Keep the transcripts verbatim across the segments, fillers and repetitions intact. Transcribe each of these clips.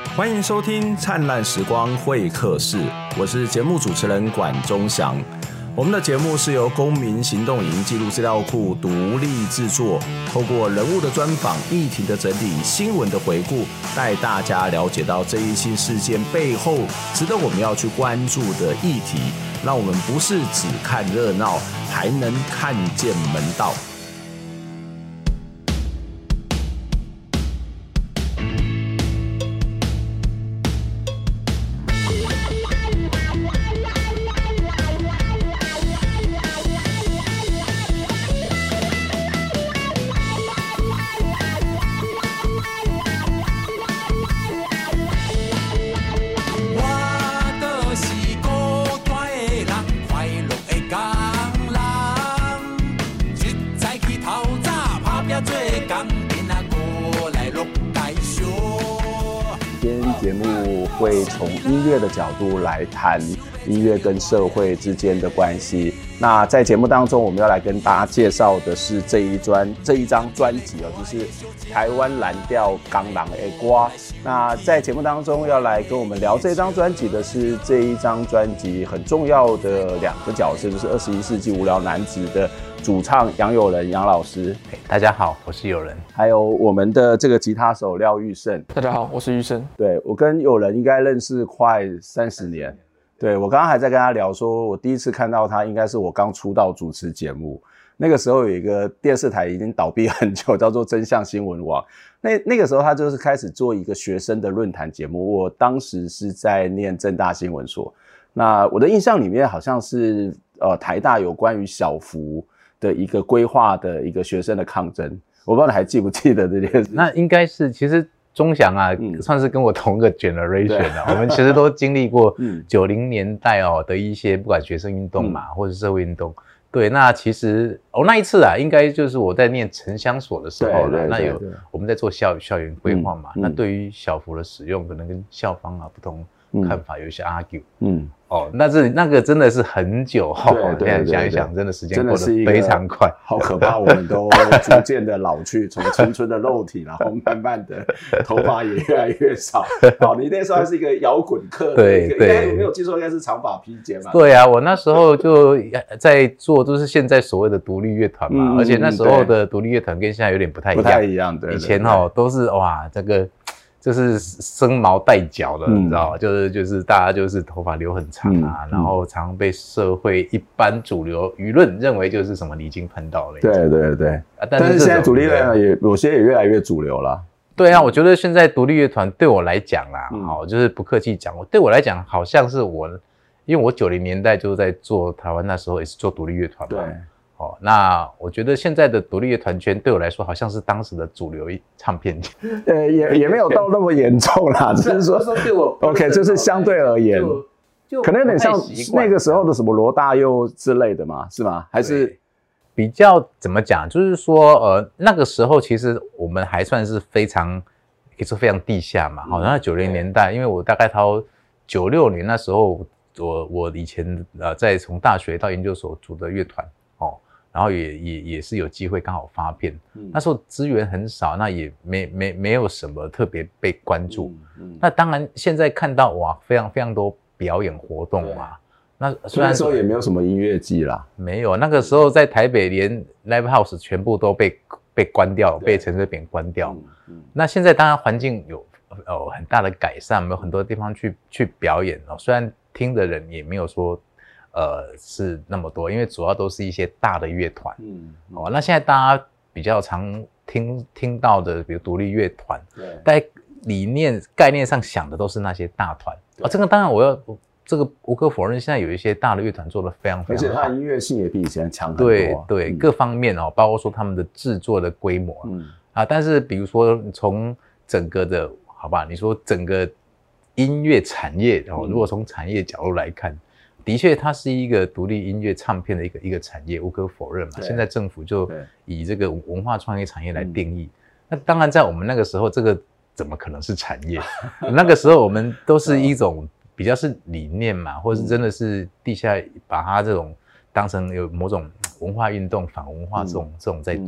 欢迎收听灿烂时光会客室，我是节目主持人管中祥。我们的节目是由公民行动营记录资料库独立制作，透过人物的专访、议题的整理、新闻的回顾，带大家了解到这一起事件背后值得我们要去关注的议题，让我们不是只看热闹，还能看见门道。会从音乐的角度来谈音乐跟社会之间的关系。那在节目当中，我们要来跟大家介绍的是这一专这一张专辑哦，就是台湾蓝调港人的歌。那在节目当中要来跟我们聊这张专辑的是这一张专辑很重要的两个角色，就是二十一世纪无聊男子的主唱杨友仁杨老师。 大家好，我是友仁。 还有我们的这个吉他手廖玉胜。 大家好，我是玉胜。 对，我跟友仁应该认识快三十年。对，我刚刚还在跟他聊说，我第一次看到他应该是我刚出道主持节目，那个时候有一个电视台已经倒闭很久，叫做真相新闻网。那那个时候他就是开始做一个学生的论坛节目，我当时是在念政大新闻所。那我的印象里面好像是呃台大有关于小福的一个规划的一个学生的抗争，我不知道你还记不记得这件事。 那应该是其实钟祥啊、嗯、算是跟我同个 generation 的、啊、我们其实都经历过九零年代哦的一些不管学生运动嘛、嗯、或者社会运动。对，那其实哦那一次啊应该就是我在念城乡所的时候了，那有我们在做校校园规划嘛、嗯、那对于小福的使用可能跟校方啊不同看法有一些 argue。 嗯，哦，那这那个真的是很久后，现在想一想，真的时间过得非常快， 好可怕。我们都逐渐的老去，从青春的肉体，然后慢慢的头发也越来越少。好，你那时候还是一个摇滚客， 对对， 应该没有记错，应该是长发披肩嘛。 对啊，我那时候就在做，就是现在所谓的独立乐团嘛、嗯，而且那时候的独立乐团跟现在有点不太一样， 不太一样。对， 以前哦都是哇这个。就是生毛带角的、嗯、你知道吗？就是就是大家就是头发留很长啊、嗯、然后常被社会一般主流舆论认为就是什么离经叛道类。 对对对、啊、但是但是现在独立乐团也有些也越来越主流了。 对啊，我觉得现在独立乐团对我来讲啦、嗯哦、就是不客气讲，对我来讲好像是我，因为我九零年代就在做台湾，那时候也是做独立乐团嘛。对。哦，那我觉得现在的独立乐团圈对我来说好像是当时的主流唱片圈， 呃，也也没有到那么严重啦，只是说对我 OK， 就是相对而言，就就可能有点像那个时候的什么罗大佑之类的嘛，是吗？还是比较怎么讲？就是说，呃，那个时候其实我们还算是非常，可以说非常地下嘛。好、嗯，那九零年代，因为我大概到九六年那时候，我我以前呃在从大学到研究所组的乐团。然后也也也是有机会刚好发片、嗯，那时候资源很少，那也没没没有什么特别被关注、嗯嗯。那当然现在看到哇，非常非常多表演活动嘛。那虽然那时候也没有什么音乐季啦， 没有，那个时候在台北连 live house 全部都被被关掉，被陈水扁关掉、嗯嗯。那现在当然环境有呃很大的改善，有很多地方去去表演哦，虽然听的人也没有说。呃，是那么多，因为主要都是一些大的乐团，嗯，哦，那现在大家比较常听听到的，比如独立乐团，对，在理念概念上想的都是那些大团，哦，这个当然我要这个无可否认，现在有一些大的乐团做得非常非常好， 而且它的音乐性也比以前强很多、啊， 对对、嗯，各方面哦，包括说他们的制作的规模，嗯啊，但是比如说从整个的，好吧，你说整个音乐产业哦，如果从产业角度来看。的确，它是一个独立音乐唱片的一个一个产业，无可否认嘛。现在政府就以这个文化创意产业来定义。那当然，在我们那个时候，这个怎么可能是产业？那个时候我们都是一种比较是理念嘛，或是真的是地下把它这种当成有某种文化运动、反文化这种、嗯、这种在做嘛。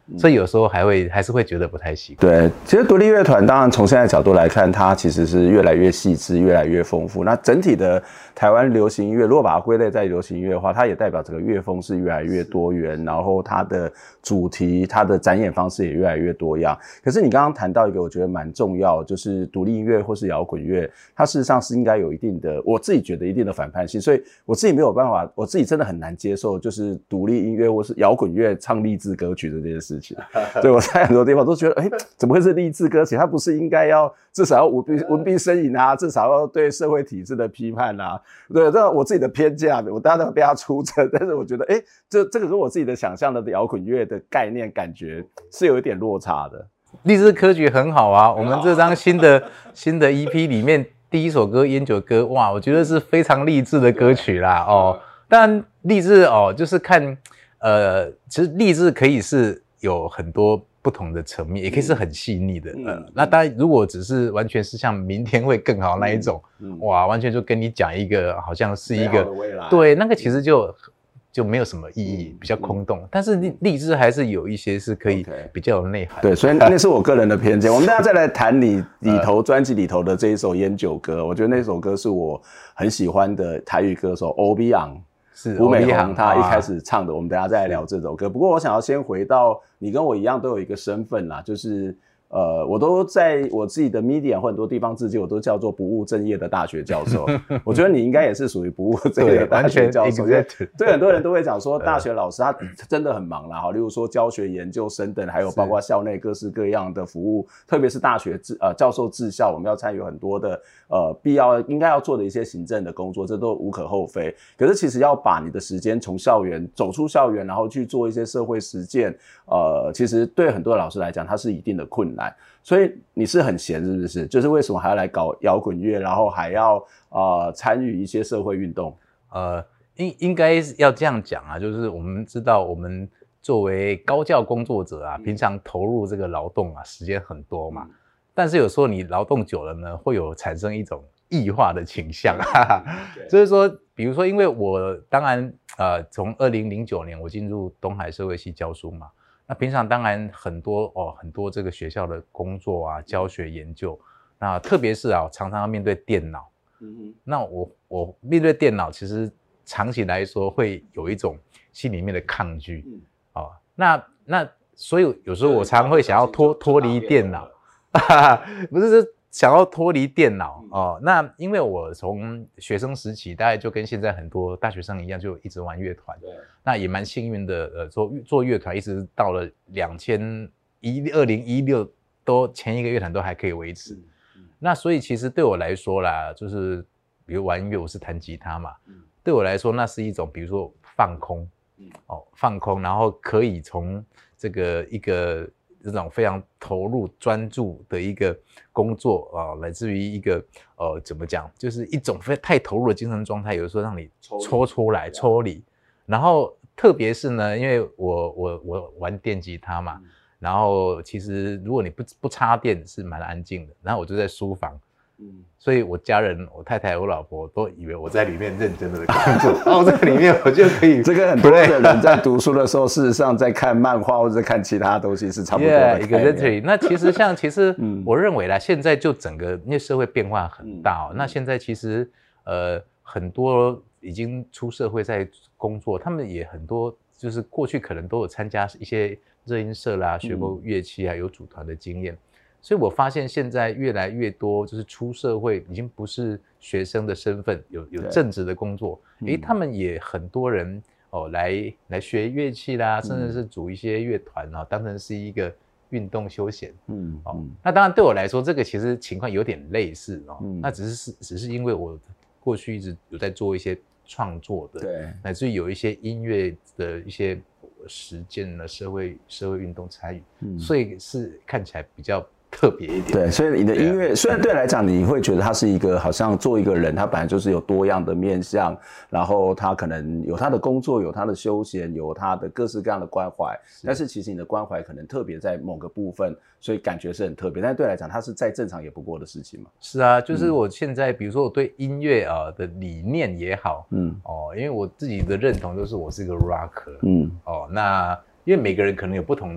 所以有时候还会还是会觉得不太习惯。 对，其实独立乐团当然从现在的角度来看，它其实是越来越细致，越来越丰富。那整体的台湾流行音乐，如果把它归类在流行音乐的话，它也代表整个乐风是越来越多元，然后它的主题、它的展演方式也越来越多样。可是你刚刚谈到一个我觉得蛮重要，就是独立音乐或是摇滚乐，它事实上是应该有一定的，我自己觉得一定的反叛性，所以我自己没有办法，我自己真的很难接受，就是独立音乐或是摇滚乐唱励志歌曲的这件事情。所以我在很多地方都觉得，哎、欸，怎么会是励志歌曲？它不是应该要至少要文笔文笔呻吟啊，至少要对社会体制的批判啊？对，这我自己的偏见啊，我当然被他出征，但是我觉得，哎、欸，这这个跟我自己的想象的摇滚乐的概念感觉是有一点落差的。 励志歌曲很好啊，我们这张新的新的 E P 里面第一首歌《烟酒歌》，哇，我觉得是非常励志的歌曲啦。哦，当然励志哦，就是看，呃，其实励志可以是有很多不同的层面，也可以是很细腻的。嗯、呃，那当然，如果只是完全是像明天会更好那一种，嗯嗯、哇，完全就跟你讲一个好像是一个对，那个其实就就没有什么意义，比较空洞。嗯、但是励励志还是有一些是可以比较有内涵。 对，所以那是我个人的偏见。我们大家再来谈你里头专辑里头的这一首《烟酒歌》，我觉得那首歌是我很喜欢的台语歌手欧比昂。 是吴美宏他一开始唱的，我们等一下再来聊这首歌。不过我想要先回到你跟我一样都有一个身份啦，就是呃，我都在我自己的 media 或很多地方自己，我都叫做不务正业的大学教授。我觉得你应该也是属于不务正业的大学教授。对，很多人都会讲说，大学老师他真的很忙啦，哈，例如说教学、研究生等，还有包括校内各式各样的服务，特别是大学治呃教授治校，我们要参与很多的呃必要应该要做的一些行政的工作，这都无可厚非。可是其实要把你的时间从校园走出校园，然后去做一些社会实践，呃，其实对很多老师来讲，它是一定的困难。所以你是很闲是不是？就是为什么还要来搞摇滚乐，然后还要呃参与一些社会运动？ 呃，应应该要这样讲啊，就是我们知道，我们作为高教工作者啊，平常投入这个劳动啊，时间很多嘛。但是有时候你劳动久了呢，会有产生一种异化的倾向，哈哈。就是说，比如说，因为我当然呃，从二零零九年我进入东海社会系教书嘛。那平常当然很多哦，很多这个学校的工作啊、教学研究，那特别是啊，常常要面对电脑。嗯哼，那我我面对电脑，其实长期来说会有一种心里面的抗拒。嗯，哦，那那所以有时候我常常会想要脱脱离电脑，不是是想要脱离电脑哦。那因为我从学生时期，大概就跟现在很多大学生一样，就一直玩乐团。对。那也蛮幸运的，呃，做做乐团一直到了两千一二零一六，都前一个乐团都还可以维持。嗯嗯、那所以其实对我来说啦，就是比如玩音乐，我是弹吉他嘛，嗯、对我来说那是一种，比如说放空，嗯、哦，放空，然后可以从这个一个这种非常投入专注的一个工作啊、呃，来自于一个呃怎么讲，就是一种非太投入的精神状态，有的时候让你抽出来、抽离。然后特别是呢，因为我我我玩电吉他嘛，嗯、然后其实如果你不不插电是蛮安静的，然后我就在书房，嗯，所以我家人、我太太、我老婆都以为我在里面认真的工作，然后在里面我就可以。 这个很多的人在读书的时候，事实上在看漫画或者看其他东西是差不多的。 Yeah, exactly. 那其实像其实我认为啦，现在就整个因为社会变化很大、哦嗯、那现在其实呃很多已经出社会在工作，他们也很多就是过去可能都有参加一些热音社啦，学过乐器啊，有组团的经验。所以我发现现在越来越多就是出社会已经不是学生的身份，有有正职的工作，诶，他们也很多人哦来来学乐器啦，甚至是组一些乐团啊，当成是一个运动休闲。嗯，哦，那当然对我来说，这个其实情况有点类似哦，嗯、那只是只是因为我过去一直有在做一些创作的，对，乃至于有一些音乐的一些实践的社会社会运动参与，嗯、所以是看起来比较特别一点。 对，所以你的音乐、啊、虽然对来讲你会觉得他是一个好像做一个人，他本来就是有多样的面向，然后他可能有他的工作，有他的休闲，有他的各式各样的关怀，但是其实你的关怀可能特别在某个部分，所以感觉是很特别，但是对来讲它是再正常也不过的事情嘛。 是啊，就是我现在、嗯、比如说我对音乐啊的理念也好，嗯，哦，因为我自己的认同就是我是一个 rocker， 嗯，哦，那因为每个人可能有不同的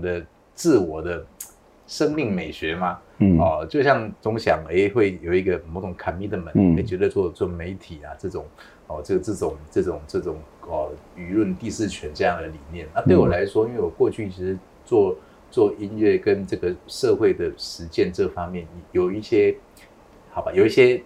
自我的生命美学嘛， 嗯， 哦，就像总想哎会有一个某种 commitment，嗯，会觉得做做媒体啊这种，哦，这个这种这种这种哦舆论第四权这样的理念，那对我来说，因为我过去其实做做音乐跟这个社会的实践这方面有一些，好吧，有一些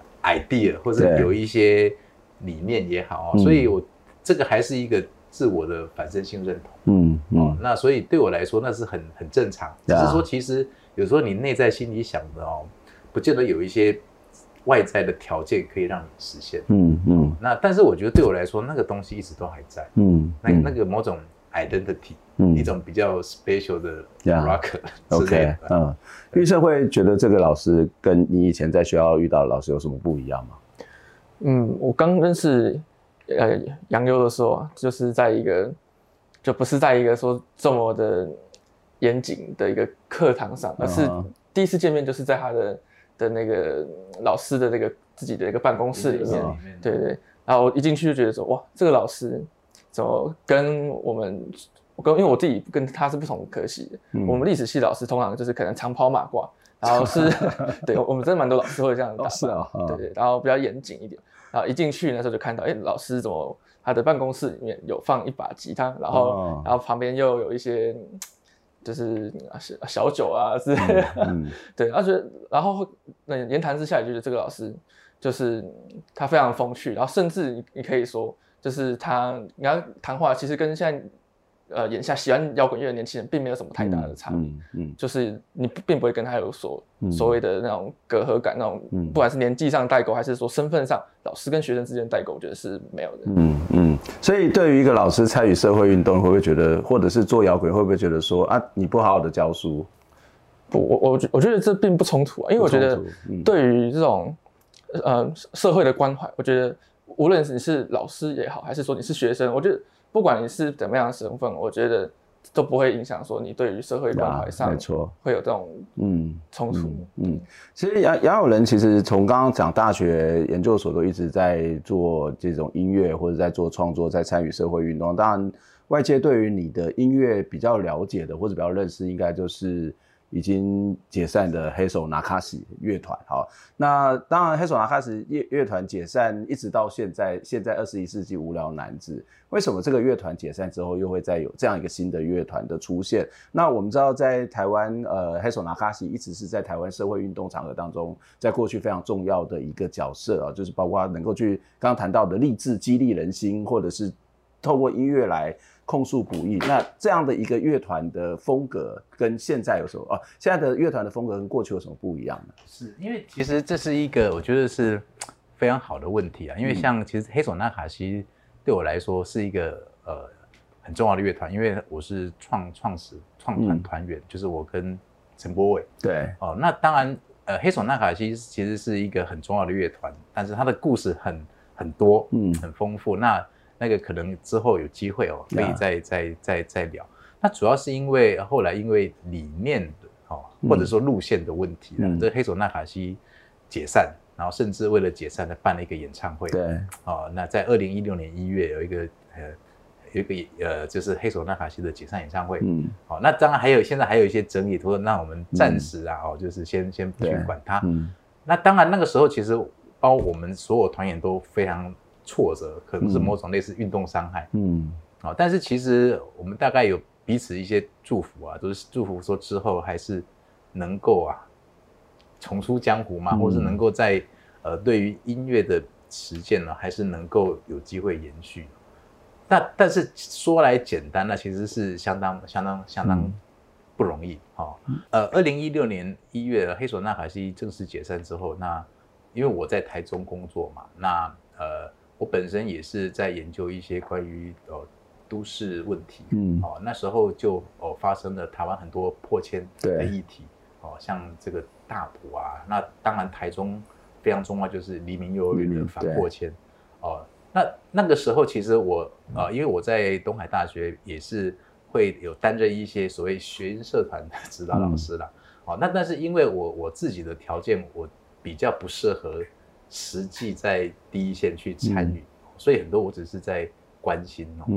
idea 或者有一些理念也好，哦，所以我这个还是一个自我的反身性认同，嗯嗯，哦，那所以对我来说那是很很正常，只是说其实有时候你内在心里想的哦，不见得有一些外在的条件可以让你实现，嗯嗯，那但是我觉得对我来说那个东西一直都还在，嗯，那那个某种 identity，嗯，一种比较 special 的 rocker， 之类的， 嗯，玉胜会觉得这个老师跟你以前在学校遇到的老师有什么不一样吗？ 嗯，我刚认识呃杨优的时候啊，就是在一个就不是在一个说这么的严谨的一个课堂上，而是第一次见面就是在他的的那个老师的那个自己的一个办公室里面，对对。然后我一进去就觉得说，哇，这个老师怎么跟我们跟因为我自己跟他是不同科系的，嗯，我们历史系老师通常就是可能长袍马褂。然后是，对我们真的蛮多老师会这样打扮，是啊，对对，然后比较严谨一点。然后一进去那时候就看到，哎，老师怎么他的办公室里面有放一把吉他，然后、哦、然后旁边又有一些就是小酒啊之类的，嗯嗯、对，然后觉得，然后那言谈之下也觉得这个老师就是他非常风趣，然后甚至你你可以说，就是他你要谈话其实跟现在。呃，眼下喜欢摇滚乐的年轻人并没有什么太大的差别，嗯嗯，就是你并不会跟他有所、嗯、所谓的那种隔阂感，那种、嗯、不管是年纪上代沟，还是说身份上，老师跟学生之间代沟，我觉得是没有的。 嗯嗯，所以对于一个老师参与社会运动，会不会觉得，或者是做摇滚，会不会觉得说啊，你不好好的教书？ 不，我我我觉得这并不冲突啊，因为我觉得对于这种、嗯、呃社会的关怀，我觉得无论你是老师也好，还是说你是学生，我觉得。不管你是怎么样的身份，我觉得都不会影响说你对于社会关怀上，没错，会有这种嗯冲突。嗯， 嗯其实杨杨友仁其实从刚刚讲大学、研究所都一直在做这种音乐或者在做创作，在参与社会运动。当然，外界对于你的音乐比较了解的或者比较认识，应该就是已经解散的黑手纳卡西乐团。好，那当然黑手纳卡西乐乐团解散一直到现在，现在二十一世纪无聊男子。为什么这个乐团解散之后又会再有这样一个新的乐团的出现？那我们知道在台湾呃黑手纳卡西一直是在台湾社会运动场合当中在过去非常重要的一个角色啊，就是包括能够去刚刚谈到的励志激励人心，或者是透过音乐来控诉古意。那这样的一个乐团的风格跟现在有什么啊？现在的乐团的风格跟过去有什么不一样呢？ 是因为其实这是一个我觉得是非常好的问题啊，因为像其实黑手纳卡西对我来说是一个呃很重要的乐团，因为我是创创始创团团员，嗯、就是我跟陈柏伟。 对哦，那当然呃黑手纳卡西其实是一个很重要的乐团，但是它的故事很很多，嗯，很丰富。那那个可能之后有机会哦，可以再、yeah. 再再再聊。那主要是因为后来因为理念的哦，或者说路线的问题，嗯，这黑手纳卡西解散。然后甚至为了解散，他办了一个演唱会。 对， 哦，那在二零一六年一月有一个呃有一个呃就是黑手纳卡西的解散演唱会。嗯，好、哦，那当然还有现在还有一些争议，说那我们暂时啊、嗯、哦，就是先先不去管它。嗯，那当然那个时候其实包括我们所有团员都非常挫折，可能是某种类似运动伤害。嗯，哦，但是其实我们大概有彼此一些祝福啊，都是祝福说之后还是能够啊。重出江湖嘛，或是能够在呃对于音乐的实践呢，还是能够有机会延续。那但是说来简单，那其实是相当相当相当不容易哈、哦。呃，二零一六年一月，黑手纳卡西正式解散之后，那因为我在台中工作嘛，那呃我本身也是在研究一些关于呃都市问题，嗯，哦那时候就哦发生了台湾很多迫迁的议题。哦，像这个大埔啊，那当然台中非常重要，就是黎明幼儿园的反迫迁。哦，那那个时候其实我呃，因为我在东海大学也是会有担任一些所谓学生社团的指导老师啦。嗯、哦，那但是因为我我自己的条件，我比较不适合实际在第一线去参与，嗯、所以很多我只是在关心哦。嗯。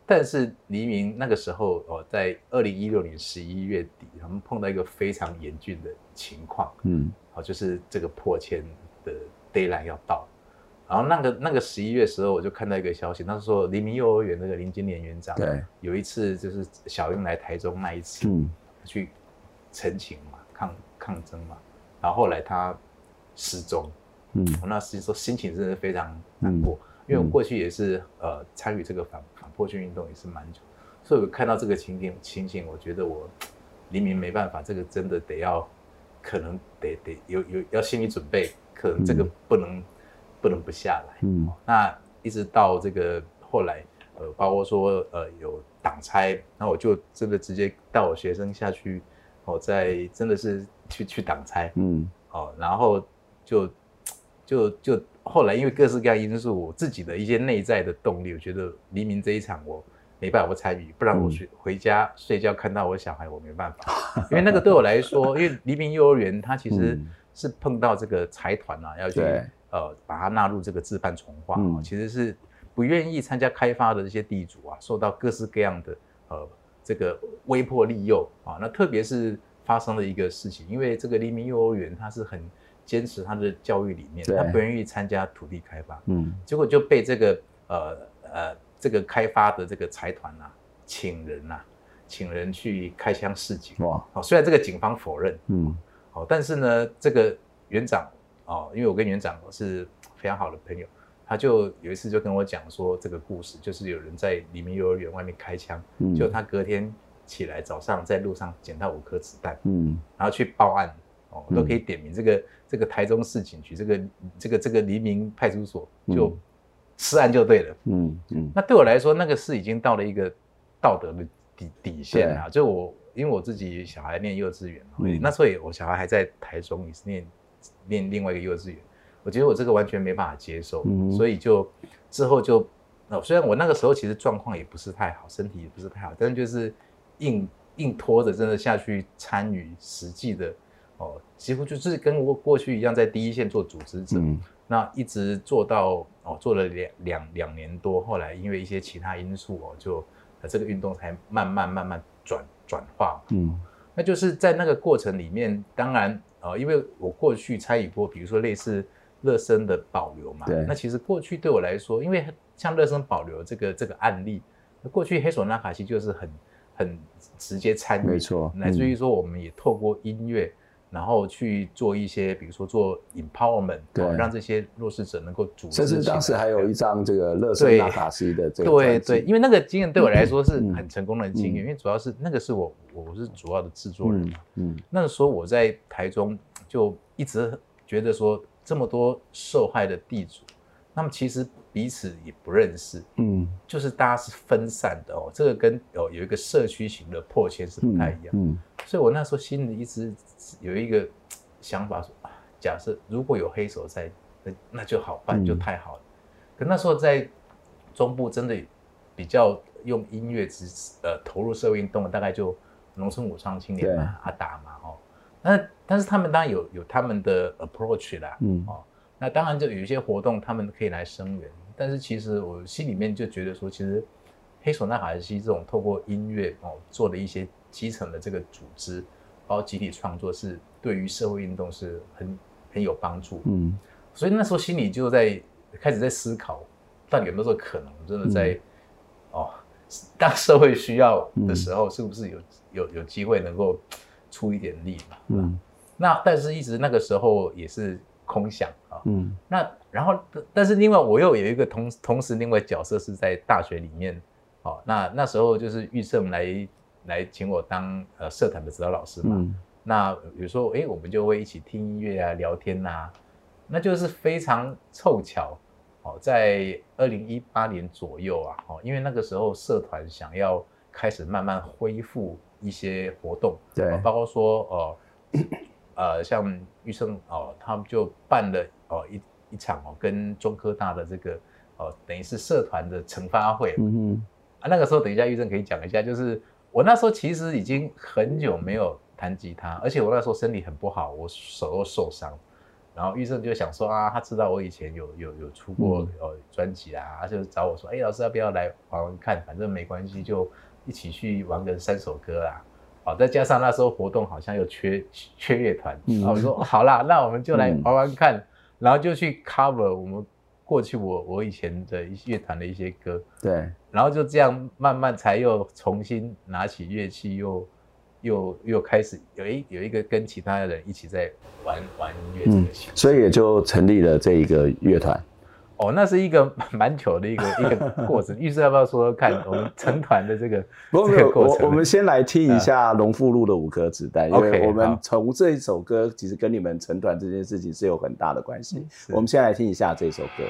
但是黎明那个时候哦，在二零一六年十一月底，他们碰到一个非常严峻的情况，嗯，哦，就是这个迫迁的 deadline 要到，然后那个那个十一月的时候，我就看到一个消息，那时候黎明幼儿园那个林金莲园长，对，有一次就是小英来台中那一次，嗯，去陈情嘛，抗抗争嘛，然后后来他失踪，嗯，我那时候心情真的非常难过。嗯，因为我过去也是呃参与这个反反迫迁运动也是蛮久，所以我看到这个情景情形，我觉得我黎明没办法，这个真的得要，可能得得有有要心理准备，可能这个不能、嗯、不能不下来。嗯，那一直到这个后来，呃，包括说呃有党差，那我就真的直接带我学生下去，哦，在真的是去去党差，嗯，哦，然后就就就。后来因为各式各样因素，我自己的一些内在的动力，我觉得黎明这一场我没办法不参与，不然我回家睡觉看到我小孩我没办法，因为那个对我来说，因为黎明幼儿园它其实是碰到这个财团啊，要去呃把它纳入这个自办重划、嗯，其实是不愿意参加开发的这些地主啊，受到各式各样的呃这个威迫利诱啊，那特别是发生了一个事情，因为这个黎明幼儿园它是很坚持他的教育理念，他不愿意参加土地开发，嗯，结果就被这个呃呃这个开发的这个财团啊，请人啊，请人去开枪示警，哇，哦，虽然这个警方否认，嗯，哦，但是呢，这个园长哦，因为我跟园长是非常好的朋友，他就有一次就跟我讲说这个故事，就是有人在黎明幼儿园外面开枪，嗯，就他隔天起来早上在路上捡到五颗子弹，嗯，然后去报案。哦，都可以点名这个、嗯、这个台中市警局这个这个这个黎明派出所就施案就对了，嗯嗯。那对我来说，那个是已经到了一个道德的底底线啊。就我因为我自己小孩念幼稚园，嗯、那时候也我小孩还在台中也是念念另外一个幼稚园，我觉得我这个完全没办法接受，嗯、所以就之后就哦，虽然我那个时候其实状况也不是太好，身体也不是太好，但是就是硬硬拖着真的下去参与实际的。哦，几乎就是跟我过去一样，在第一线做组织者，嗯、那一直做到哦，做了两两两年多，后来因为一些其他因素哦，就这个运动才慢慢慢慢转转化。嗯，那就是在那个过程里面，当然呃，因为我过去参与过，比如说类似乐生的保留嘛，那其实过去对我来说，因为像乐生保留这个这个案例，过去黑手纳卡西就是很很直接参与， 没错， 乃至于说我们也透过音乐。然后去做一些，比如说做 empowerment，对、哦，让这些弱势者能够组织起来。 甚至当时还有一张这个乐生纳卡西的这个对对，因为那个经验对我来说是很成功的经验，嗯、因为主要是那个是我我是主要的制作人嘛。嗯，嗯那个时候我在台中就一直觉得说，这么多受害的地主，那么其实彼此也不认识，嗯，就是大家是分散的哦。这个跟有有一个社区型的迫迁是不太一样，嗯。嗯所以我那时候心里一直有一个想法说，啊，假设如果有黑手在，那那就好办，就太好了。嗯、可那时候在中部真的比较用音乐支持呃投入社会运动的，大概就农村武装青年嘛、阿达嘛，哦，那但是他们当然有有他们的 approach 啦，嗯，哦，那当然就有一些活动他们可以来声援，但是其实我心里面就觉得说，其实黑手纳卡西这种透过音乐哦做的一些。基层的这个组织，包括集体创作，是对于社会运动是很很有帮助。嗯，所以那时候心里就在开始在思考，到底有没有这个可能，真的在、嗯、哦，当社会需要的时候，是不是有有有机会能够出一点力嘛？嗯，那但是一直那个时候也是空想啊。嗯，那然后但是另外我又有一个同同时另外角色是在大学里面，哦，那那时候就是预胜来。来请我当呃社团的指导老师嘛，嗯、那比如说，哎，我们就会一起听音乐啊、聊天啊，那就是非常凑巧，哦，在二零一八年左右啊，哦，因为那个时候社团想要开始慢慢恢复一些活动，对，哦、包括说，哦、呃，呃，像玉生哦，他们就办了哦一一场哦，跟中科大的这个哦，等于是社团的惩罚会，嗯哼，啊，那个时候等一下玉生可以讲一下，就是。我那时候其实已经很久没有弹吉他，而且我那时候身体很不好，我手又受伤， 然后玉胜就想说啊，他知道我以前有有有出过呃专辑啊，他就找我说，哎、欸，老师要不要来玩玩看？反正没关系，就一起去玩个三首歌啊。好，再加上那时候活动好像又缺缺乐团，然后我说、嗯、好啦，那我们就来玩玩看，嗯、然后就去 cover 我们过去我我以前的一些乐团的一些歌， 对， 然后就这样慢慢才又重新拿起乐器又。又又开始有一有一个跟其他的人一起在玩玩音乐这个形式、嗯， 所以也就成立了这一个乐团。 哦，那是一个蛮久的一个一个过程。玉师要不要说说看我们成团的这个不这个过程？ 我我们先来听一下龙富路的五颗子弹，因为我们从这一首歌其实跟你们成团这件事情是有很大的关系。我们先来听一下这首歌。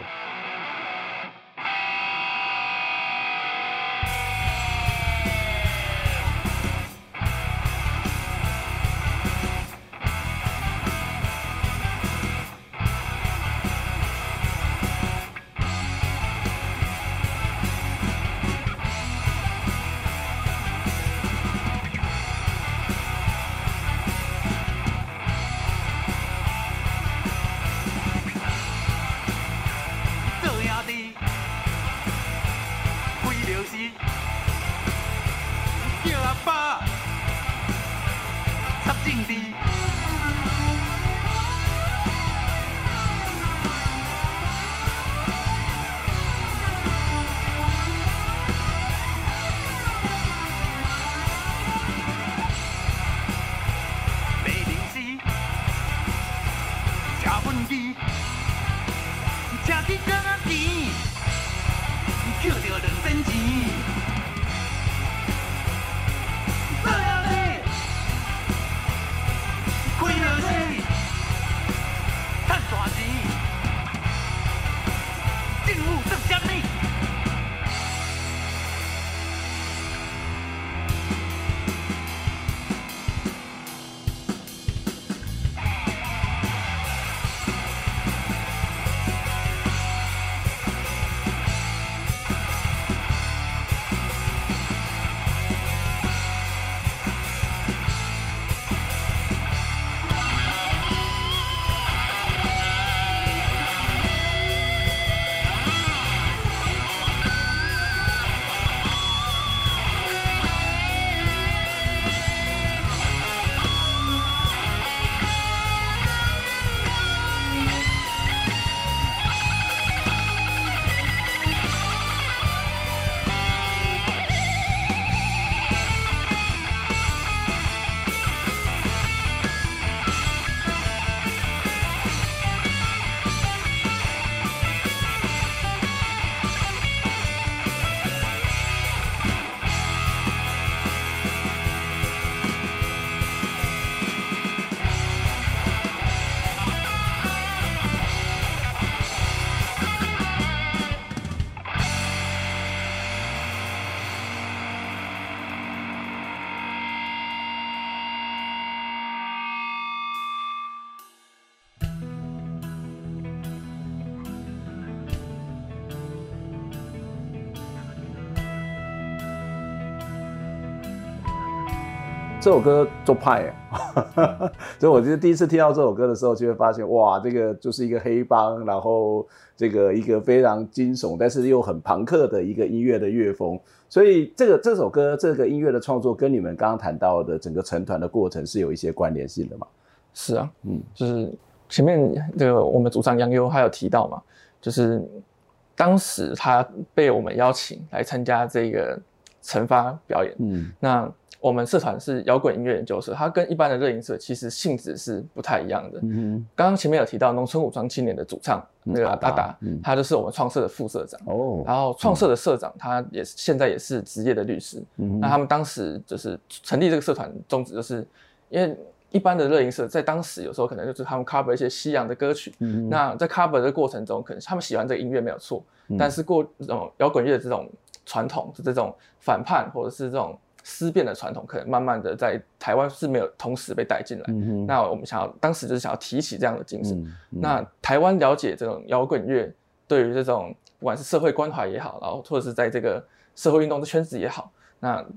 这首歌做派哎，所以我觉得第一次听到这首歌的时候，就会发现哇，这个就是一个黑帮，然后这个一个非常惊悚，但是又很朋克的一个音乐的乐风。所以这个这首歌这个音乐的创作，跟你们刚刚谈到的整个成团的过程是有一些关联性的嘛？ 是啊，嗯，就是前面这个我们组长杨优还有提到嘛，就是当时他被我们邀请来参加这个惩罚表演，嗯，那。我们社团是摇滚音乐研究社，它跟一般的热音社其实性质是不太一样的。嗯，刚刚前面有提到农村武装青年的主唱、嗯、那个阿达，嗯、他就是我们创社的副社长。哦，然后创社的社长他也是、嗯、现在也是职业的律师。嗯，那他们当时就是成立这个社团宗旨，就是因为一般的热音社在当时有时候可能就是他们 cover 一些西洋的歌曲。嗯，那在 cover 的过程中，可能他们喜欢这个音乐没有错，嗯、但是过这种摇滚乐的这种传统，是这种反叛或者是这种。思辨的传统可能慢慢的在台湾是没有同时被带进来、嗯、那我们想要当时就是想要提起这样的精神、嗯嗯、那台湾了解这种摇滚乐对于这种不管是社会关怀也好，然后或者是在这个社会运动的圈子也好，那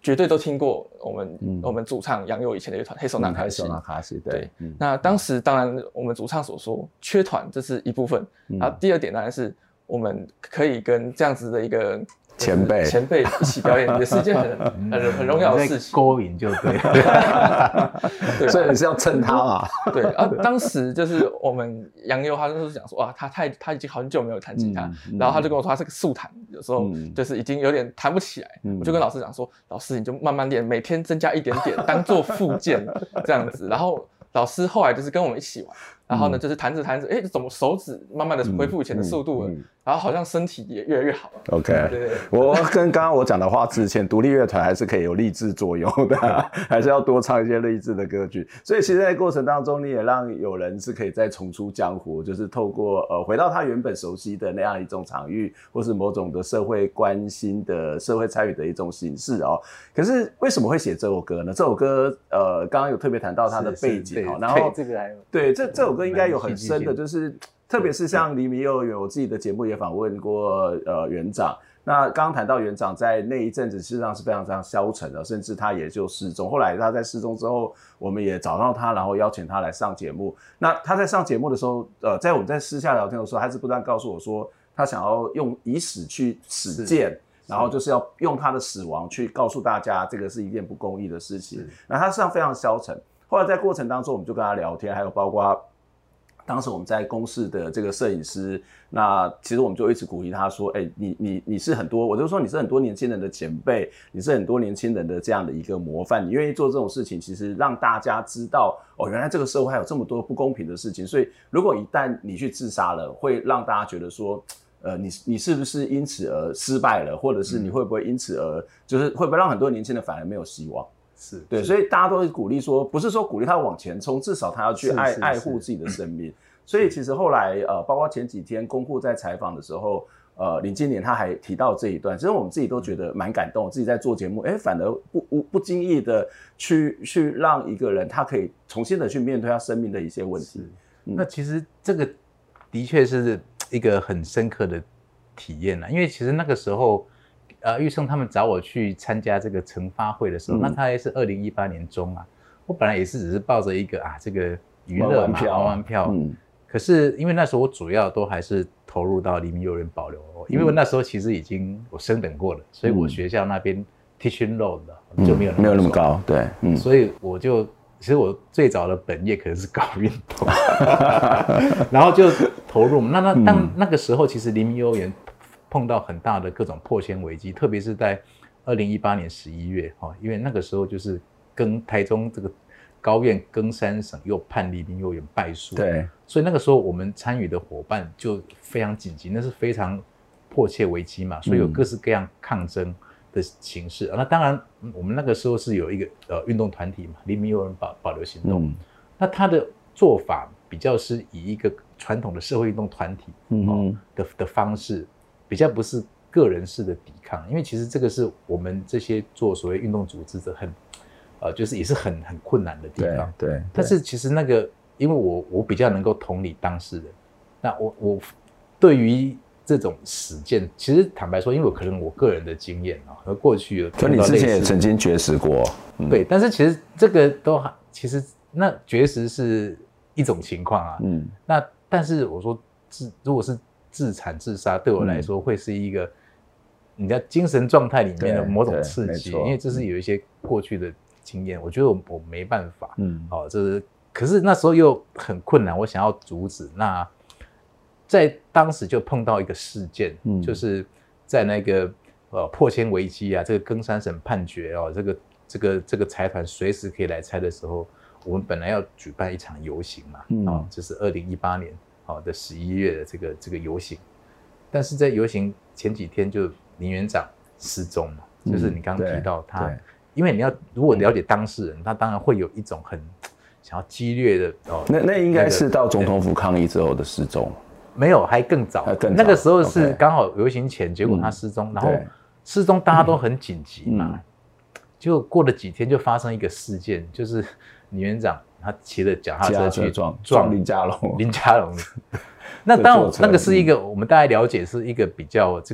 绝对都听过我们、嗯、我们主唱杨佑以前的乐团黑手纳卡西。 黑手纳卡西，对。 对嗯、那当时当然我们主唱所说缺团这是一部分，嗯、然后第二点当然是我们可以跟这样子的一个。 前辈前辈一起表演也是一件很很很荣耀的事情， 勾引就对对， 所以你是要蹭他嘛？ 对啊，当时就是我们杨佑他就是讲说哇，他太他已经很久没有弹吉他，嗯、然后他就跟我说他是个速弹，有时候就是已经有点弹不起来，嗯、我就跟老师讲说，老师你就慢慢练，每天增加一点点，当做复健这样子，然后老师后来就是跟我们一起玩。然后呢，就是弹着弹着，哎，怎么手指慢慢的恢复以前的速度了？嗯嗯、然后好像身体也越来越好了。 OK， 对对对我跟刚刚我讲的话之前，独立乐团还是可以有励志作用的，还是要多唱一些励志的歌曲。所以其实在过程当中，你也让有人是可以再重出江湖，就是透过呃回到他原本熟悉的那样一种场域，或是某种的社会关心的社会参与的一种形式哦。可是为什么会写这首歌呢？这首歌呃刚刚有特别谈到它的背景哦，然后这个还对这这首歌应该有很深的，就是特别是像黎明幼儿园，我自己的节目也访问过呃园长。那刚刚谈到园长在那一阵子事实上是非常非常消沉的，甚至他也就失踪。后来他在失踪之后，我们也找到他，然后邀请他来上节目。那他在上节目的时候，呃，在我们在私下聊天的时候，他是不断告诉我说，他想要用以史去史鉴。然后就是要用他的死亡去告诉大家，这个是一件不公义的事情。那他实际上非常消沉。后来在过程当中，我们就跟他聊天，还有包括当时我们在公视的这个摄影师，那其实我们就一直鼓励他说：“哎，你你你是很多，我就说你是很多年轻人的前辈，你是很多年轻人的这样的一个模范，你愿意做这种事情，其实让大家知道哦，原来这个社会还有这么多不公平的事情。所以如果一旦你去自杀了，会让大家觉得说。”呃，你你是不是因此而失败了，或者是你会不会因此而就是会不会让很多年轻人反而没有希望？ 是对， 是所以大家都会鼓励说，不是说鼓励他往前冲，至少他要去爱是是是爱护自己的生命。所以其实后来呃，包括前几天公库在采访的时候，呃，林金莲他还提到这一段，其实我们自己都觉得蛮感动，自己在做节目，哎，反而不不不经意的去去让一个人他可以重新的去面对他生命的一些问题。 嗯、那其实这个的确是一个很深刻的体验啦，因为其实那个时候，呃，玉胜他们找我去参加这个惩罚会的时候，嗯、那大概是二零一八年中啊。我本来也是只是抱着一个啊，这个娱乐嘛，玩玩票。嗯。可是因为那时候我主要都还是投入到黎明幼儿园保留，因为我那时候其实已经我升等过了，所以我学校那边 teaching load 就没有那么、 嗯、没有那么高，对， 嗯。所以我就。其实我最早的本业可能是搞运动，然后就投入。那那当那个时候，其实黎明幼儿园碰到很大的各种破迁危机，特别是在二零一八年十一月哈，因为那个时候就是跟台中这个高院更三省又判黎明幼儿园败诉， 对， 所以那个时候我们参与的伙伴就非常紧急，那是非常迫切危机嘛，所以有各式各样抗争的形式、嗯、那当然我们那个时候是有一个呃运动团体嘛，黎明幼儿园保保留行动、嗯、那他的做法比较是以一个传统的社会运动团体、嗯哦、的, 的方式，比较不是个人式的抵抗，因为其实这个是我们这些做所谓运动组织的很呃就是也是很很困难的地方， 对, 对, 对但是其实那个因为我我比较能够同理当事人，那我我对于这种实践，其实坦白说，因为我可能我个人的经验啊，和过去有就你之前也曾经绝食过、 嗯，对，但是其实这个都其实那绝食是一种情况啊，嗯，那但是我说自如果是自残自杀，对我来说会是一个、嗯、你在精神状态里面的某种刺激，因为这是有一些过去的经验，我觉得我我没办法，嗯，哦，这是可是那时候又很困难，我想要阻止那。在当时就碰到一个事件，嗯、就是在那个呃破迁危机啊，这个更三省判决哦，这个这个这个财团随时可以来拆的时候，我们本来要举办一场游行嘛，嗯、哦，这是二零一八年好、哦、的十一月的这个这个游行，但是在游行前几天就林园长失踪嘛，嗯、就是你刚刚提到他，因为你要如果了解当事人，他当然会有一种很想要激烈的哦， 那那应该是到总统府抗议之后的失踪。 没有，还更早。更早那个时候是刚好游行前， okay. 结果他失踪、嗯，然后失踪大家都很紧急嘛。就、嗯、过了几天，就发生一个事件，就是李园长他骑着脚踏车去撞撞林佳龙。 林佳龙，那当然那个是一个我们大家了解是一个比较这个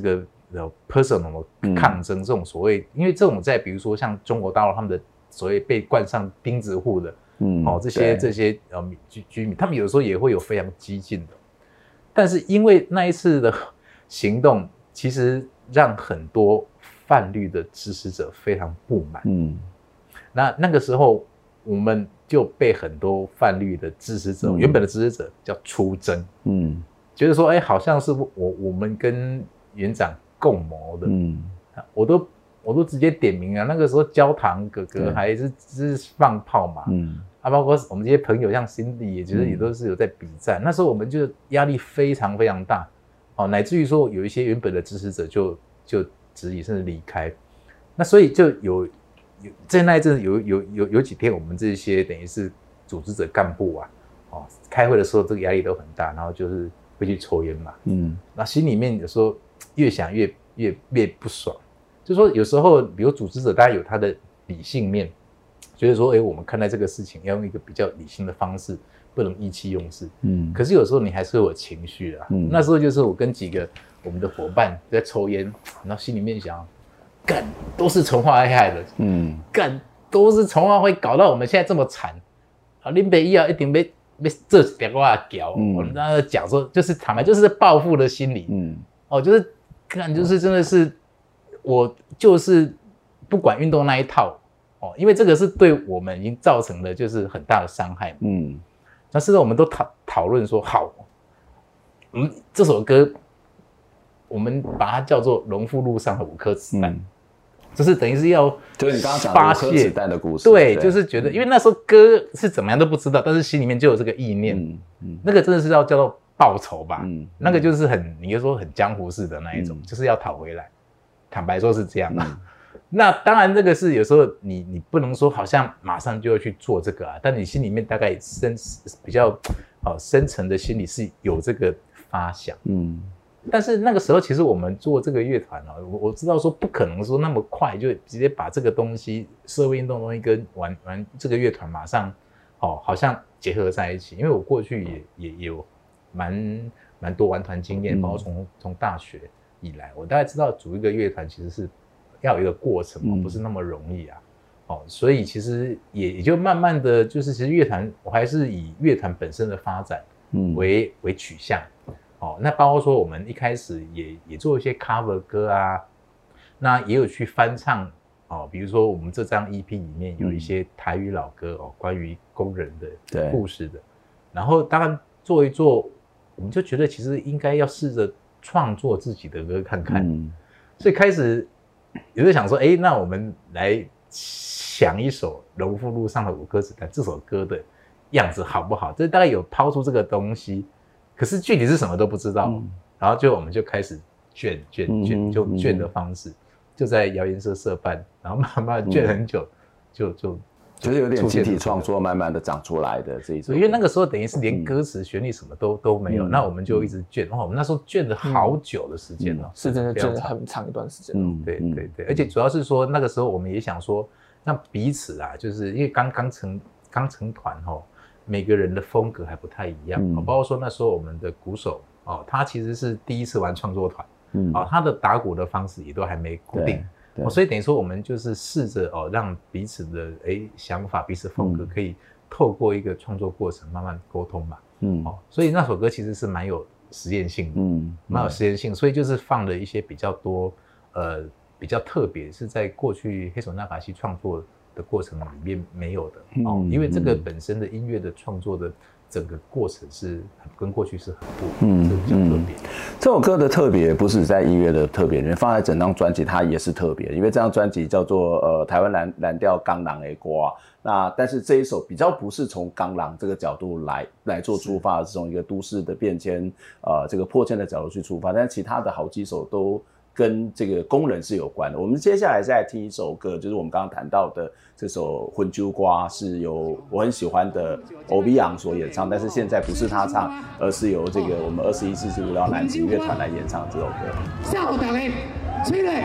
personal 抗争，这种所谓，因为这种在比如说像中国大陆他们的所谓被冠上钉子户的，嗯，哦这些这些呃居居民，他们有的时候也会有非常激进的，但是因为那一次的行动，其实让很多泛绿的支持者非常不满，嗯，那那个时候我们就被很多泛绿的支持者，嗯、原本的支持者叫出征，嗯，觉得说，哎，好像是我我们跟园长共谋的，嗯，我都我都直接点名啊，那个时候焦糖哥哥还是只是放炮嘛，嗯，啊，包括我们这些朋友像 Cindy 也觉得也都是有在比战，嗯、那时候我们就压力非常非常大，哦，乃至于说有一些原本的支持者就就质疑甚至离开，那所以就有有在那一阵有有有有几天我们这些等于是组织者干部啊，哦，开会的时候这个压力都很大，然后就是会去抽烟嘛，嗯，那心里面有时候越想越越越不爽，就说有时候比如组织者大家有他的理性面，觉得说，哎，我们看待这个事情要用一个比较理性的方式，不能意气用事，嗯，可是有时候你还是会有情绪啊，嗯，那时候就是我跟几个我们的伙伴在抽烟，然后心里面想，干都是从化会害的，嗯，干都是从化会搞到我们现在这么惨，啊，林北医药一定被。被这两个话屌，我们刚刚讲说，就是坦白，就是报复的心理，嗯，哦，就是看，就是真的是，我就是不管运动那一套，哦，因为这个是对我们已经造成了就是很大的伤害，嗯，那是我们都讨讨论说，好，我们这首歌，我们把它叫做《荣富路上的五颗子弹》。嗯，就是等于是要就是你刚刚讲的五颗子弹的故事， 对，对就是觉得，因为那时候歌是怎么样都不知道，但是心里面就有这个意念，嗯嗯、那个真的是要叫做报仇吧，嗯、那个就是很，你就说很江湖式的那一种，嗯、就是要讨回来。坦白说是这样，嗯、那当然这个是有时候你你不能说好像马上就要去做这个啊，但你心里面大概深比较好深层的心里是有这个发想，嗯。但是那个时候，其实我们做这个乐团啊，我我知道说不可能说那么快就直接把这个东西社会运动东西跟玩玩这个乐团马上哦，好像结合在一起。因为我过去也也有蛮蛮多玩团经验，包括从从大学以来，我大概知道组一个乐团其实是要有一个过程，嗯、不是那么容易啊。哦，所以其实也也就慢慢的就是，其实乐团我还是以乐团本身的发展为、嗯、为取向。哦，那包括说我们一开始也也做一些 cover 歌啊，那也有去翻唱哦，比如说我们这张 E P 里面有一些台语老歌哦，关于工人的故事的，然后当然做一做，我们就觉得其实应该要试着创作自己的歌看看，嗯、所以开始有在想说，哎，那我们来想一首《荣富路上的五颗子弹》这首歌的样子好不好？这大概有抛出这个东西。可是具体是什么都不知道，嗯、然后就我们就开始卷卷卷，就卷的方式，嗯、就在谣言社社办，然后慢慢卷很久，嗯、就就就是有点集体创作，慢慢的长出来的这一种。 因为那个时候等于是连歌词、旋律什么都都没有，嗯、那我们就一直卷，哇，我们那时候卷了好久的时间了，嗯、 是真的卷了很长一段时间。 嗯，对对对，而且主要是说那个时候我们也想说，那彼此啊，就是因为刚刚成刚成团吼。每个人的风格还不太一样，嗯、包括说那时候我们的鼓手哦，他其实是第一次玩创作团，嗯、哦，他的打鼓的方式也都还没固定，哦，所以等于说我们就是试着哦，让彼此的哎想法、彼此风格可以透过一个创作过程慢慢沟通嘛，嗯，哦，所以那首歌其实是蛮有实验性的，嗯，蛮有实验性，所以就是放了一些比较多呃比较特别是在过去黑手纳卡西创作的过程里面没有的，嗯、哦，因为这个本身的音乐的创作的整个过程是跟过去是很不，嗯，这比较特别。 这首歌的特别不是在音乐的特别里面，放在整张专辑它也是特别，因为这张专辑叫做呃台湾蓝蓝调钢狼的歌，那但是这一首比较不是从钢狼这个角度来来做出发，是从一个都市的变迁呃这个破迁的角度去出发，但是其他的好几首都跟这个工人是有关的。我们接下来再听一首歌，就是我们刚刚谈到的这首《魂酒瓜》，是由我很喜欢的欧比昂所演唱，但是现在不是他唱，而是由这个我们二十一世纪无聊男子乐团来演唱这首歌。 下午大家起来。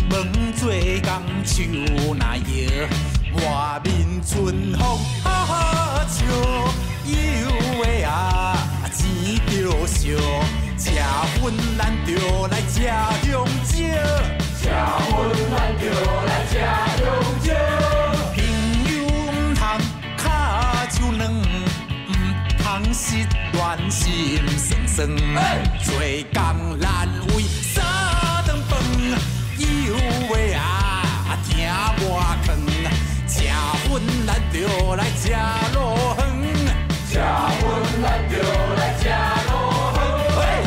问做工手那摇，满面春风好好笑。有的啊，钱着烧，吃薰咱着来吃香蕉，吃薰咱着来吃香蕉。朋友唔通卡手软，唔通失恋心酸酸。做工难为三顿饭，有的啊听我劝，吃薰咱着来吃落远。吃薰咱就来吃落远。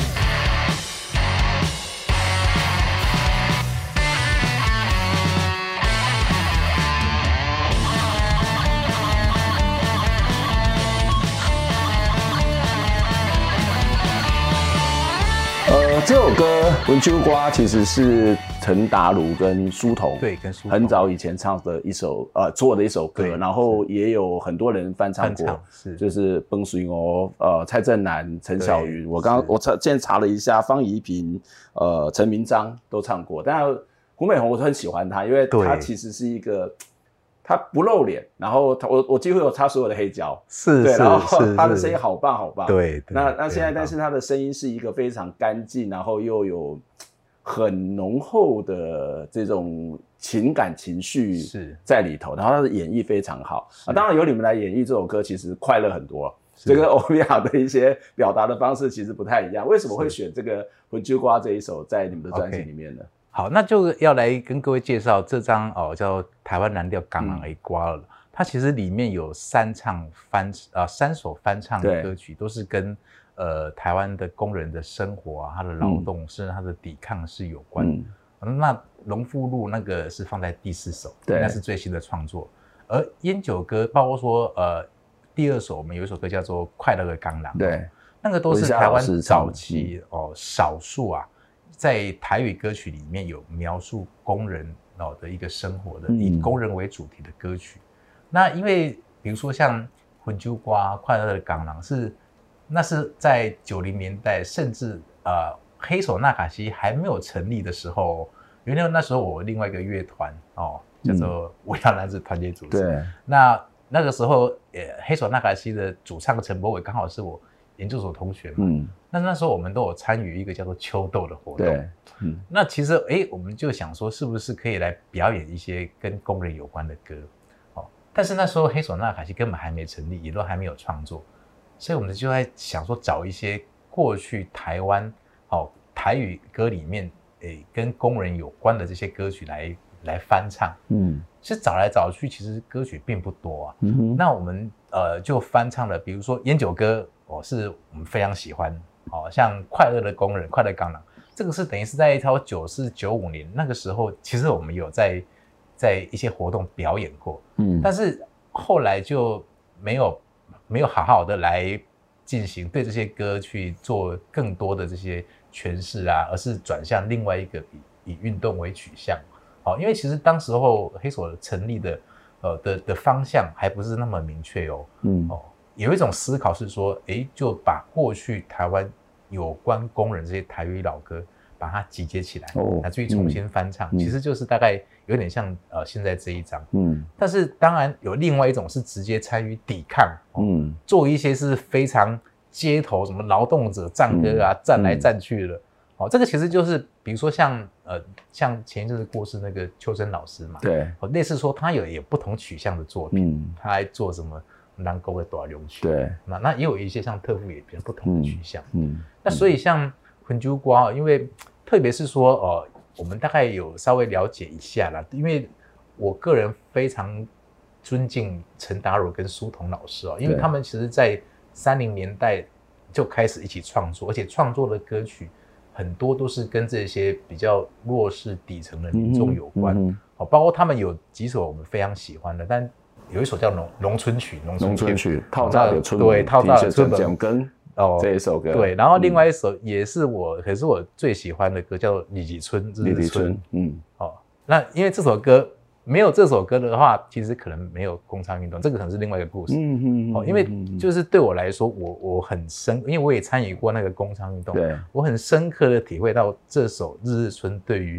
呃，这首歌《文秋瓜》其实是陈达儒跟苏童对，跟苏童很早以前唱的一首呃做的一首歌，然后也有很多人翻唱过， 是就是崩水哦，呃蔡振南、陈小云，我刚刚我查现在查了一下，方怡萍、呃陈明章都唱过，但胡美红我很喜欢她，因为她其实是一个。他不露脸，然后他我我几乎有他所有的黑胶， 是对，然后是他的声音好棒好棒， 对，对那那现在但是他的声音是一个非常干净，然后又有很浓厚的这种情感情绪是在里头，然后他的演绎非常好啊，当然由你们来演绎这首歌，其实快乐很多。这个欧米亚的一些表达的方式其实不太一样，为什么会选这个《魂秋瓜》这一首在你们的专辑里面呢？ 好，那就要来跟各位介绍这张哦，叫《台湾蓝调港朗 A 瓜》了。它其实里面有三唱翻啊、呃、三首翻唱的歌曲，都是跟呃台湾的工人的生活啊、他的劳动、嗯、甚至他的抵抗是有关的。嗯、那农夫路那个是放在第四首，那是最新的创作。而烟酒歌，包括说呃第二首，我们有一首歌叫做《快乐的港朗》，对，那个都是台湾早期哦少数啊。在台语歌曲里面有描述工人哦的一个生活的，以工人为主题的歌曲。嗯、那因为比如说像《魂秋瓜》《快乐的港朗》是，那是在九零年代，甚至呃黑手纳卡西还没有成立的时候，原来那时候我另外一个乐团哦叫做微笑男子团结组织。对，那那个时候呃黑手纳卡西的主唱陈柏伟刚好是我研究所同学嘛。嗯。那那时候我们都有参与一个叫做秋斗的活动，对，嗯，那其实哎，我们就想说，是不是可以来表演一些跟工人有关的歌，哦，但是那时候黑手纳卡西根本还没成立，也都还没有创作，所以我们就在想说，找一些过去台湾哦台语歌里面哎跟工人有关的这些歌曲来来翻唱，嗯，其实找来找去，其实歌曲并不多啊，嗯哼，那我们呃就翻唱了，比如说烟酒歌，哦，是我们非常喜欢。哦，像快乐的工人、快乐港朗，这个是等于是在一条九四九五年那个时候，其实我们有在在一些活动表演过，嗯，但是后来就没有没有好好的来进行对这些歌去做更多的这些诠释啊，而是转向另外一个以以运动为取向，哦，因为其实当时候黑手成立的呃的的方向还不是那么明确哦，嗯，哦。有一种思考是说，哎，就把过去台湾有关工人这些台语老歌，把它集结起来，哦，来去重新翻唱，嗯，其实就是大概有点像呃现在这一张，嗯，但是当然有另外一种是直接参与抵抗，哦，嗯，做一些是非常街头什么劳动者战歌啊，嗯，站来站去的，哦，这个其实就是比如说像呃像前一阵子过世那个邱真老师嘛，对，哦，类似说他有有不同取向的作品，嗯，他来做什么？南沟的大龙曲，对，那那也有一些像特富也比较不同的取向，嗯，嗯那所以像魂秋瓜，因为特别是说，呃，我们大概有稍微了解一下啦，因为我个人非常尊敬陈达儒跟苏童老师哦，因为他们其实在三零年代就开始一起创作，而且创作的歌曲很多都是跟这些比较弱势底层的民众有关，嗯嗯嗯、包括他们有几首我们非常喜欢的，但有一首叫农《农村曲》，农村, 村曲， 套炸的村对，套炸的村本根哦，这一首歌对，然后另外一首也是我，可、嗯、是我最喜欢的歌，叫做《李吉村日日村》。嗯，哦，那因为这首歌没有这首歌的话，其实可能没有工商运动，这个可能是另外一个故事。嗯嗯嗯。哦，因为就是对我来说，我我很深，因为我也参与过那个工商运动，对，我很深刻的体会到这首《日日村》对于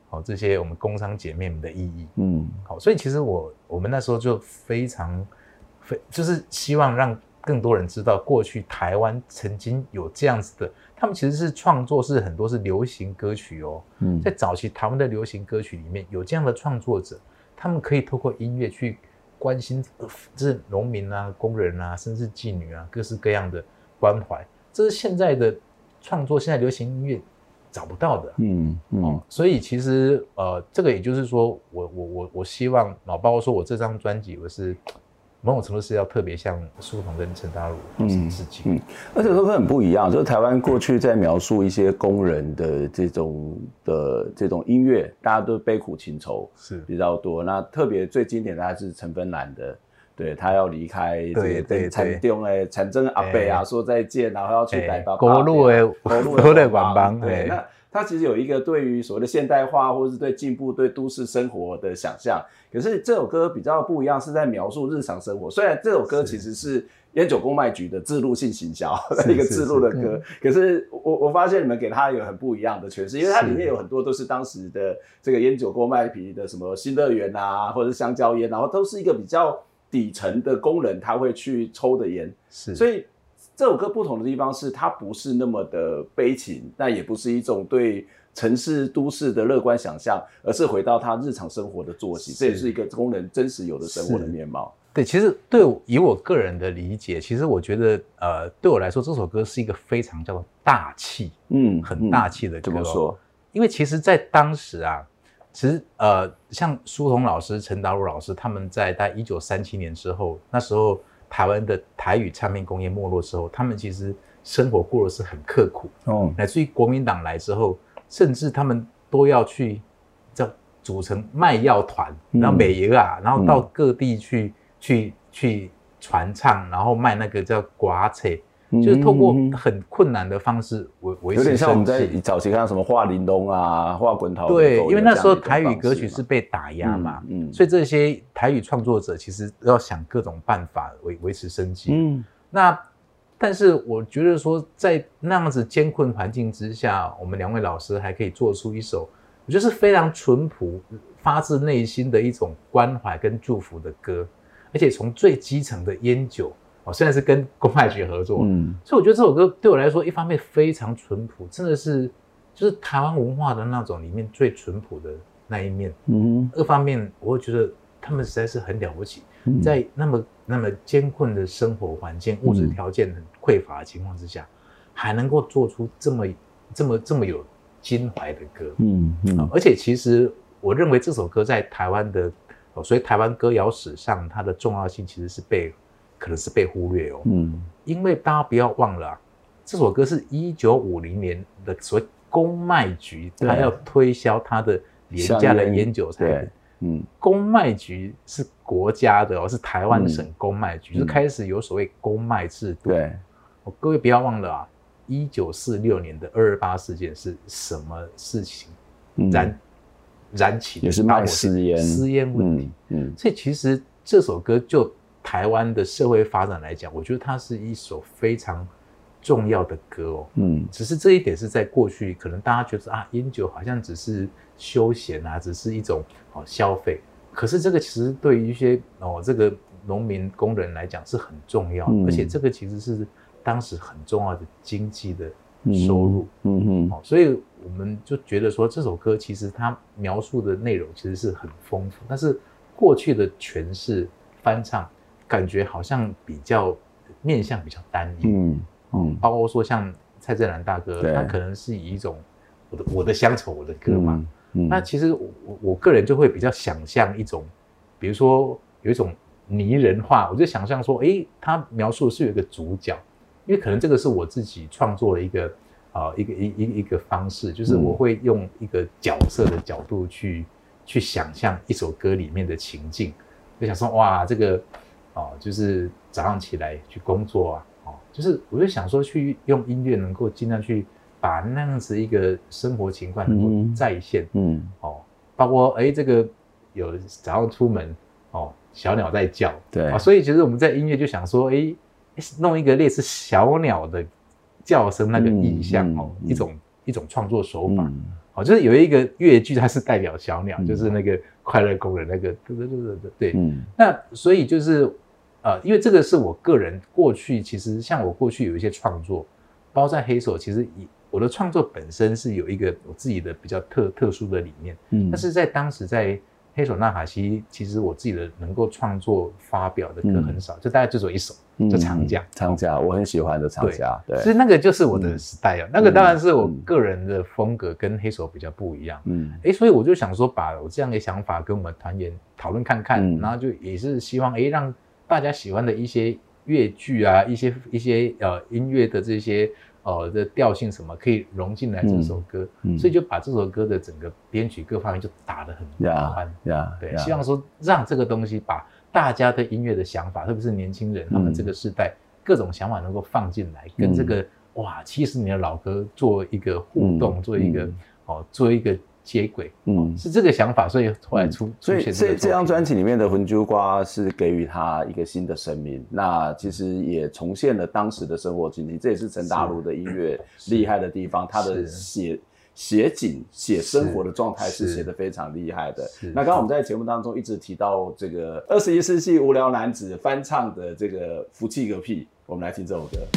好、哦、这些我们工商姐妹们的意义。 嗯， 好、哦，所以其实我我们那时候就非常非就是希望让更多人知道，过去台湾曾经有这样子的，他们其实是创作是很多是流行歌曲哦。嗯，在早期台湾的流行歌曲里面有这样的创作者，他们可以透过音乐去关心，呃，这农民啊、工人啊，甚至妓女啊，各式各样的关怀，这是现在的创作，现在流行音乐找不到的。嗯嗯、哦，所以其实呃，这个也就是说，我我我我希望，啊，包括说我这张专辑，我是。某种程度是要特别向书童跟陈大儒老师致敬。嗯， 而且都很不一样，就是台湾过去在描述一些工人的这种的这种音乐，大家都悲苦情仇是比较多。那特别最经典的还是陈芬兰的，对他要离开这个产中诶产真阿伯啊说再见，然后要去台北国路诶国路的官帮，对那。他其实有一个对于所谓的现代化或者是对进步对都市生活的想象，可是这首歌比较不一样，是在描述日常生活。虽然这首歌其实是烟酒公卖局的置入性行销的一个置入的歌，可是我我发现你们给它有很不一样的诠释，因为它里面有很多都是当时的这个烟酒公卖局的什么新乐园啊，或者是香蕉烟，然后都是一个比较底层的工人他会去抽的烟，是所以。这首歌不同的地方是，它不是那么的悲情，但也不是一种对城市都市的乐观想象，而是回到他日常生活的作息，这也是一个工人真实有的生活的面貌。 对，其实对我以我个人的理解，其实我觉得，呃，对我来说，这首歌是一个非常叫做大气，嗯，很大气的歌。怎么说？因为其实，在当时啊，其实呃，像书童老师、陈达儒老师，他们在大概一九三七年之后，那时候。台湾的台语唱片工业没落之后，他们其实生活过得是很刻苦，哦，乃至于国民党来之后，甚至他们都要去叫组成卖药团，嗯、然后美油啊，然后到各地去、嗯、去去传唱，然后卖那个叫瓜菜。就是透过很困难的方式维维持生计，有点像我们在早期看到什么画玲珑啊、画滚头。 对，因为那时候台语歌曲是被打压嘛，嗯，嗯所以这些台语创作者其实要想各种办法维维持生计。嗯，那但是我觉得说，在那样子艰困环境之下，我们两位老师还可以做出一首，我觉得是非常淳朴、发自内心的一种关怀跟祝福的歌，而且从最基层的烟酒。虽然是跟公卖局合作，嗯，所以我觉得这首歌对我来说，一方面非常淳朴，真的是就是台湾文化的那种里面最淳朴的那一面。嗯，二方面我会觉得他们实在是很了不起，嗯、在那么那么艰困的生活环境、物质条件很匮乏的情况之下，嗯、还能够做出这么这么这么有襟怀的歌。嗯嗯、啊，而且其实我认为这首歌在台湾的，哦、所以台湾歌谣史上它的重要性其实是被。可能是被忽略哦，嗯，因为大家不要忘了、啊，这首歌是一九五零年的所谓公卖局，他要推销他的廉价的烟酒产品，嗯，公卖局是国家的哦，是台湾省公卖局，嗯、就开始有所谓公卖制度。对，哦，各位不要忘了啊，一九四六年的二二八事件是什么事情燃、嗯、燃起的？ 也是卖私烟， 私烟问题。嗯，嗯所以其实这首歌就。台湾的社会发展来讲，我觉得它是一首非常重要的歌哦。嗯，只是这一点是在过去，可能大家觉得啊，烟酒好像只是休闲啊，只是一种哦消费。可是这个其实对于一些哦这个农民工人来讲是很重要的，嗯、而且这个其实是当时很重要的经济的收入。嗯哼、哦，所以我们就觉得说这首歌其实它描述的内容其实是很丰富，但是过去的诠释翻唱。感觉好像比较面向比较单一，嗯嗯，包括说像蔡振南大哥，他可能是以一种我的我的乡愁我的歌嘛，嗯嗯、那其实我我个人就会比较想象一种，比如说有一种拟人化，我就想象说，哎，他描述的是有一个主角，因为可能这个是我自己创作的一个啊、呃、一个一一一个方式，就是我会用一个角色的角度去去想象一首歌里面的情境，就想说哇这个。哦，就是早上起来去工作啊，哦，就是我就想说去用音乐能够尽量去把那样子一个生活情况能够再现，嗯，哦，包括哎这个有早上出门哦，小鸟在叫，对啊，所以其实我们在音乐就想说，哎，弄一个类似小鸟的叫声那个意象、嗯、哦，一种一种创作手法。嗯好，就是有一个乐句，它是代表小鸟，嗯、就是那个快乐工人那个，对对对对对。嗯，那所以就是呃，因为这个是我个人过去，其实像我过去有一些创作，包括在黑手，其实我的创作本身是有一个我自己的比较特特殊的理念。嗯，但是在当时在黑手纳卡西，其实我自己的能够创作发表的歌很少，嗯、就大概就只有一首。就长假， 长假我很喜欢的长假，对， 所以那个就是我的时代啊，嗯、那个当然是我个人的风格跟黑手比较不一样，嗯，哎，所以我就想说，把我这样的想法跟我们团员讨论看看，嗯、然后就也是希望哎让大家喜欢的一些乐句啊，一些一些呃音乐的这些呃的调性什么可以融进来这首歌，嗯嗯、所以就把这首歌的整个编曲各方面就打得很宽，呀，对， yeah, 希望说让这个东西把大家对音乐的想法，特别是年轻人，他们这个世代、嗯、各种想法能够放进来，跟这个、嗯、哇七十年的老歌做一个互动，嗯、做一个、嗯、哦，做一个接轨，嗯，是这个想法，所以后来出、嗯、 所以出现这张专辑里面的《魂酒瓜》是给予他一个新的生命，那其实也重现了当时的生活经历，这也是陈大陆的音乐厉害的地方，他的写。写景、写生活的状态是写得非常厉害的。那刚刚我们在节目当中一直提到这个二十一世纪无聊男子翻唱的这个《福气个屁》，我们来听这首歌。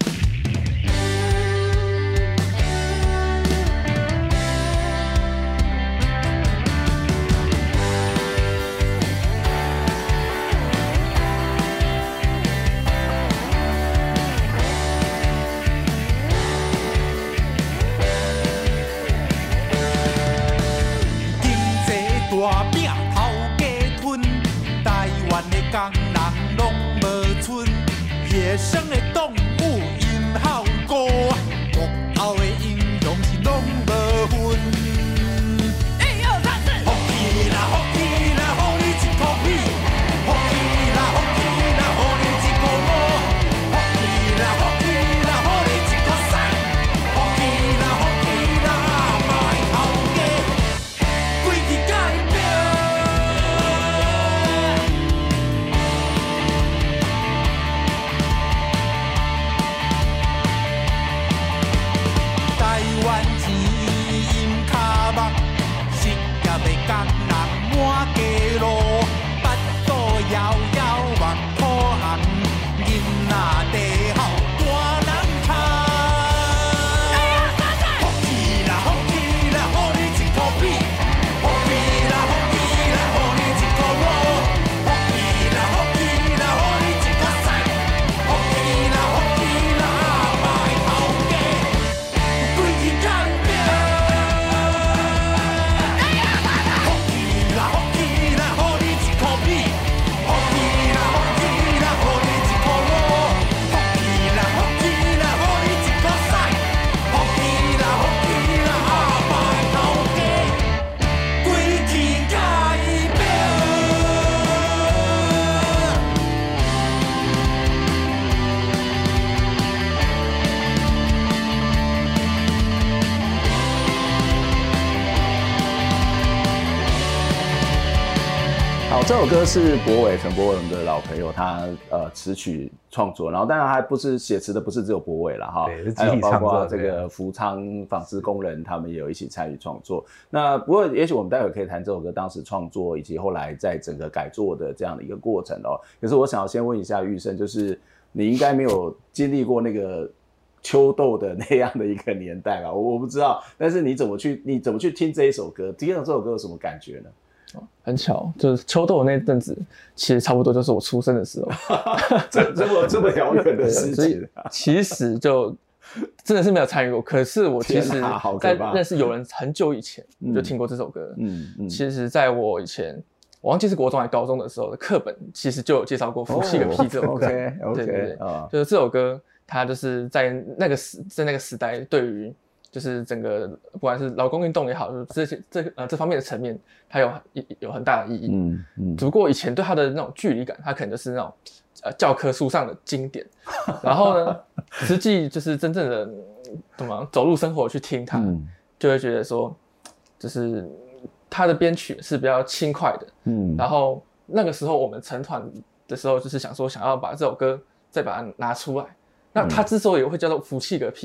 大饼头家吞，台湾的工人拢无剩，野生的动物因好过，幕后的英雄是拢无分。一二三四，福气啦福气啦，互你一箍屁；福气啦福气啦，互你一箍毛；福气啦福气啦，互你一箍屎；福气啦福气啦，卖头家，规气改。 这首歌是柏伟陈柏伟的老朋友，他呃词曲创作，然后当然还不是写词的，不是只有柏伟啦哈，还有包括这个福昌纺织工人，他们也有一起参与创作。那不过也许我们待会可以谈这首歌当时创作以及后来在整个改作的这样的一个过程哦。可是我想要先问一下玉生，就是你应该没有经历过那个秋豆的那样的一个年代吧？我我不知道，但是你怎么去你怎么去听这一首歌？听到这首歌有什么感觉呢？ 很巧，就是秋豆的那阵子，其实差不多就是我出生的时候， 这这么这么遥远的事情， 其实就真的是没有参与过。可是我其实在认识有人很久以前就听过这首歌。嗯嗯，其实在我以前，我忘记是国中还是高中的时候的课本，其实就有介绍过《福气个屁》这首歌。 OK OK， 对对对，哦、就是这首歌，它就是在那个时在那个时代对于。就是整个不管是劳工运动也好，这些这呃这方面的层面，它有有很大的意义。嗯嗯。只不过以前对它的那种距离感，它可能就是那种呃教科书上的经典。然后呢，实际就是真正的怎么走入生活去听它，嗯、就会觉得说，就是它的编曲是比较轻快的。嗯。然后那个时候我们成团的时候，就是想说想要把这首歌再把它拿出来。那它之所以会叫做福气个屁。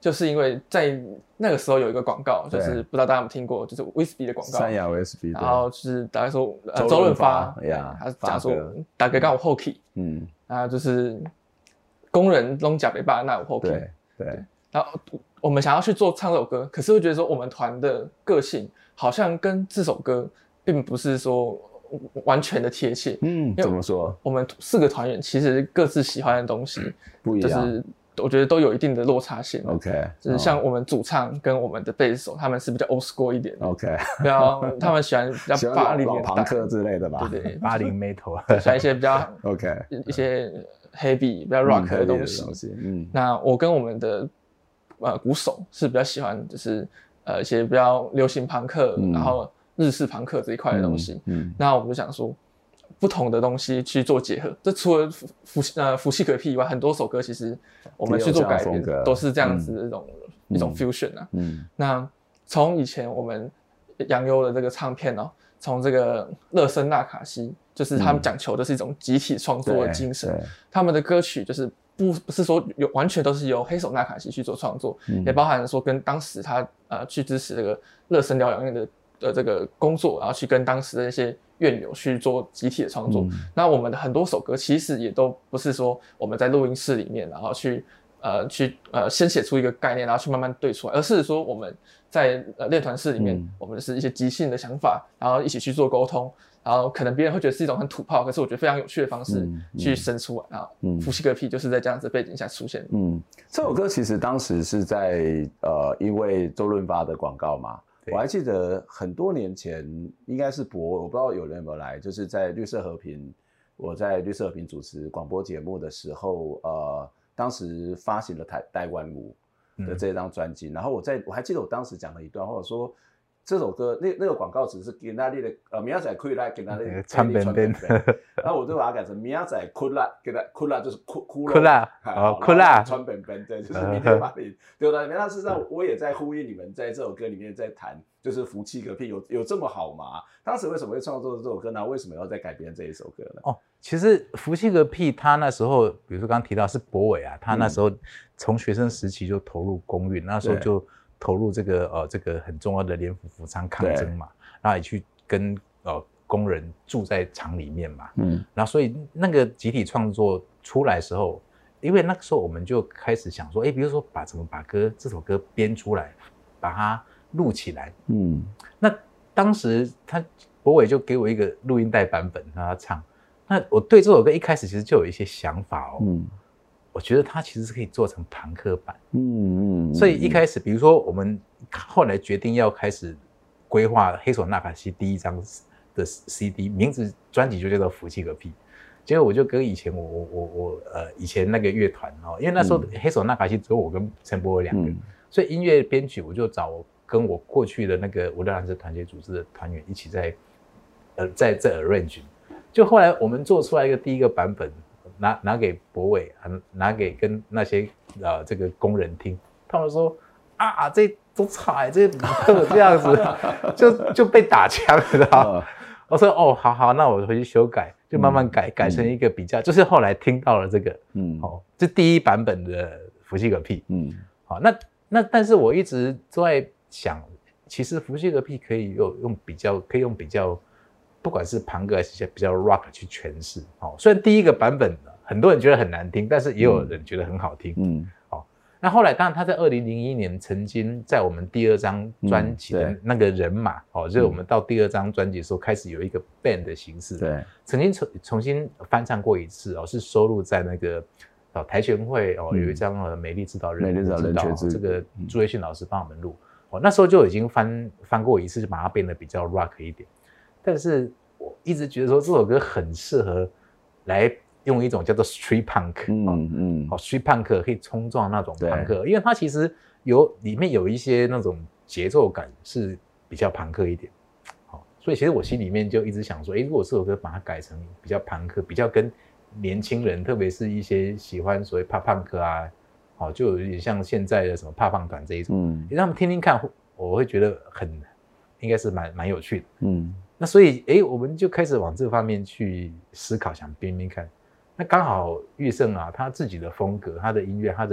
就是因为在那个时候有一个广告，就是不知道大家有没有听过，就是威士忌的广告， 三亚威士忌， 然后就是大概说呃周润发呀， 他讲说大概刚好后期，嗯，啊就是工人拢甲北霸那有后期， 对对， 然后我们想要去做唱这首歌，可是会觉得说我们团的个性好像跟这首歌并不是说完全的贴切， 嗯，怎么说？ 我们四个团员其实各自喜欢的东西不一样， 就是我觉得都有一定的落差性。 OK， 就是像我们主唱跟我们的贝斯手，他们是比较 old school 一点的。 OK， 比较他们喜欢比较八零年代朋克之类的吧？ 对对， 八零 metal， 喜欢一些比较 OK 一些 heavy 比较 rock 的东西。 嗯， 那我跟我们的呃鼓手是比较喜欢就是呃一些比较流行朋克， 嗯、 然后日式朋克这一块的东西。嗯，嗯那我们就想说。不同的东西去做结合，这除了福福呃福气可屁以外，很多首歌其实我们去做改编都是这样子的一种、嗯、一种 fusion 啊。嗯，那从以前我们洋优的这个唱片哦，从这个乐声纳卡西，就是他们讲求的是一种集体创作的精神，嗯、他们的歌曲就是不不是说有完全都是由黑手纳卡西去做创作，嗯、也包含说跟当时他呃去支持这个乐声疗养院的的这个工作，然后去跟当时的一些院友去做集体的创作。嗯、那我们的很多首歌其实也都不是说我们在录音室里面，然后去呃去呃先写出一个概念，然后去慢慢对出来，而是说我们在呃练团室里面，嗯、我们是一些即兴的想法，然后一起去做沟通，然后可能别人会觉得是一种很土炮，可是我觉得非常有趣的方式去生出来。然后福气个屁就是在这样子的背景下出现。 嗯，这首歌其实当时是在呃因为周润发的广告嘛。我还记得很多年前，应该是博，我不知道有人有没有来，就是在绿色和平，我在绿色和平主持广播节目的时候，呃，当时发行了台台湾舞的这张专辑，嗯、然后我在我还记得我当时讲了一段话，我说这首歌那那个广告词是给那里的呃明仔载可以来给那里穿边边， 然后我就把它改成明仔载哭啦，给它哭啦就是哭哭哭啦，哦哭啦穿边边，对，就是明天把你丢到里面。那事实上我也在呼应你们在这首歌里面在谈，就是福气个屁，有有这么好吗？当时为什么会创作这首歌呢？为什么要再改编这一首歌呢？ 哦，其实福气个屁，他那时候比如说刚刚提到是博伟啊，他那时候从学生时期就投入公运，那时候就。投入这个呃这个很重要的联府服仓抗争嘛，然后也去跟呃工人住在厂里面嘛，嗯，然后所以那个集体创作出来的时候，因为那个时候我们就开始想说，哎，比如说把怎么把歌这首歌编出来，把它录起来，嗯，那当时他博伟就给我一个录音带版本让他唱，那我对这首歌一开始其实就有一些想法哦，嗯。我觉得它其实是可以做成朋克版，嗯嗯，所以一开始，比如说我们后来决定要开始规划黑手纳卡西第一张的 C D， 名字专辑就叫做福气个屁。结果我就跟以前我我我我呃以前那个乐团哦，因为那时候黑手纳卡西只有我跟陈柏伟两个人，嗯、所以音乐编曲我就找跟我过去的那个五六蓝色团结组织的团员一起在呃在在 arrange， 就后来我们做出来一个第一个版本。拿拿给博伟，拿给跟那些呃这个工人听，他们说啊，这都差，这这样子就就被打枪了，嗯、我说哦，好好，那我回去修改，就慢慢改，嗯、改成一个比较，嗯、就是后来听到了这个，嗯，哦，这第一版本的福气个屁，嗯，好，那那但是我一直都在想，其实福气个屁可以用用比较，可以用比较。不管是朋克还是比较 rock 去诠释，哦，虽然第一个版本很多人觉得很难听，但是也有人觉得很好听，嗯，哦，那后来当然他在二零零一年曾经在我们第二张专辑的那个人马，嗯、哦，就是我们到第二张专辑的时候开始有一个 band 的形式，对，曾经重重新翻唱过一次哦，是收录在那个哦台拳会哦有一张呃美丽指导人， 美丽指导人权之这个朱维训老师帮我们录，哦，那时候就已经翻翻过一次，就把它变得比较 rock 一点。但是我一直觉得说这首歌很适合来用一种叫做 street punk， 嗯嗯，哦 street punk 可以冲撞那种朋克，因为它其实有里面有一些那种节奏感是比较朋克一点，好，所以其实我心里面就一直想说，哎，如果这首歌把它改成比较朋克，比较跟年轻人，特别是一些喜欢所谓怕punk啊，好，就有点像现在的什么怕胖团这一种，嗯，让他们听听看，我会觉得很应该是蛮蛮有趣的，嗯。那所以，哎，我们就开始往这方面去思考，想编编看。那刚好玉胜啊，他自己的风格、他的音乐、他的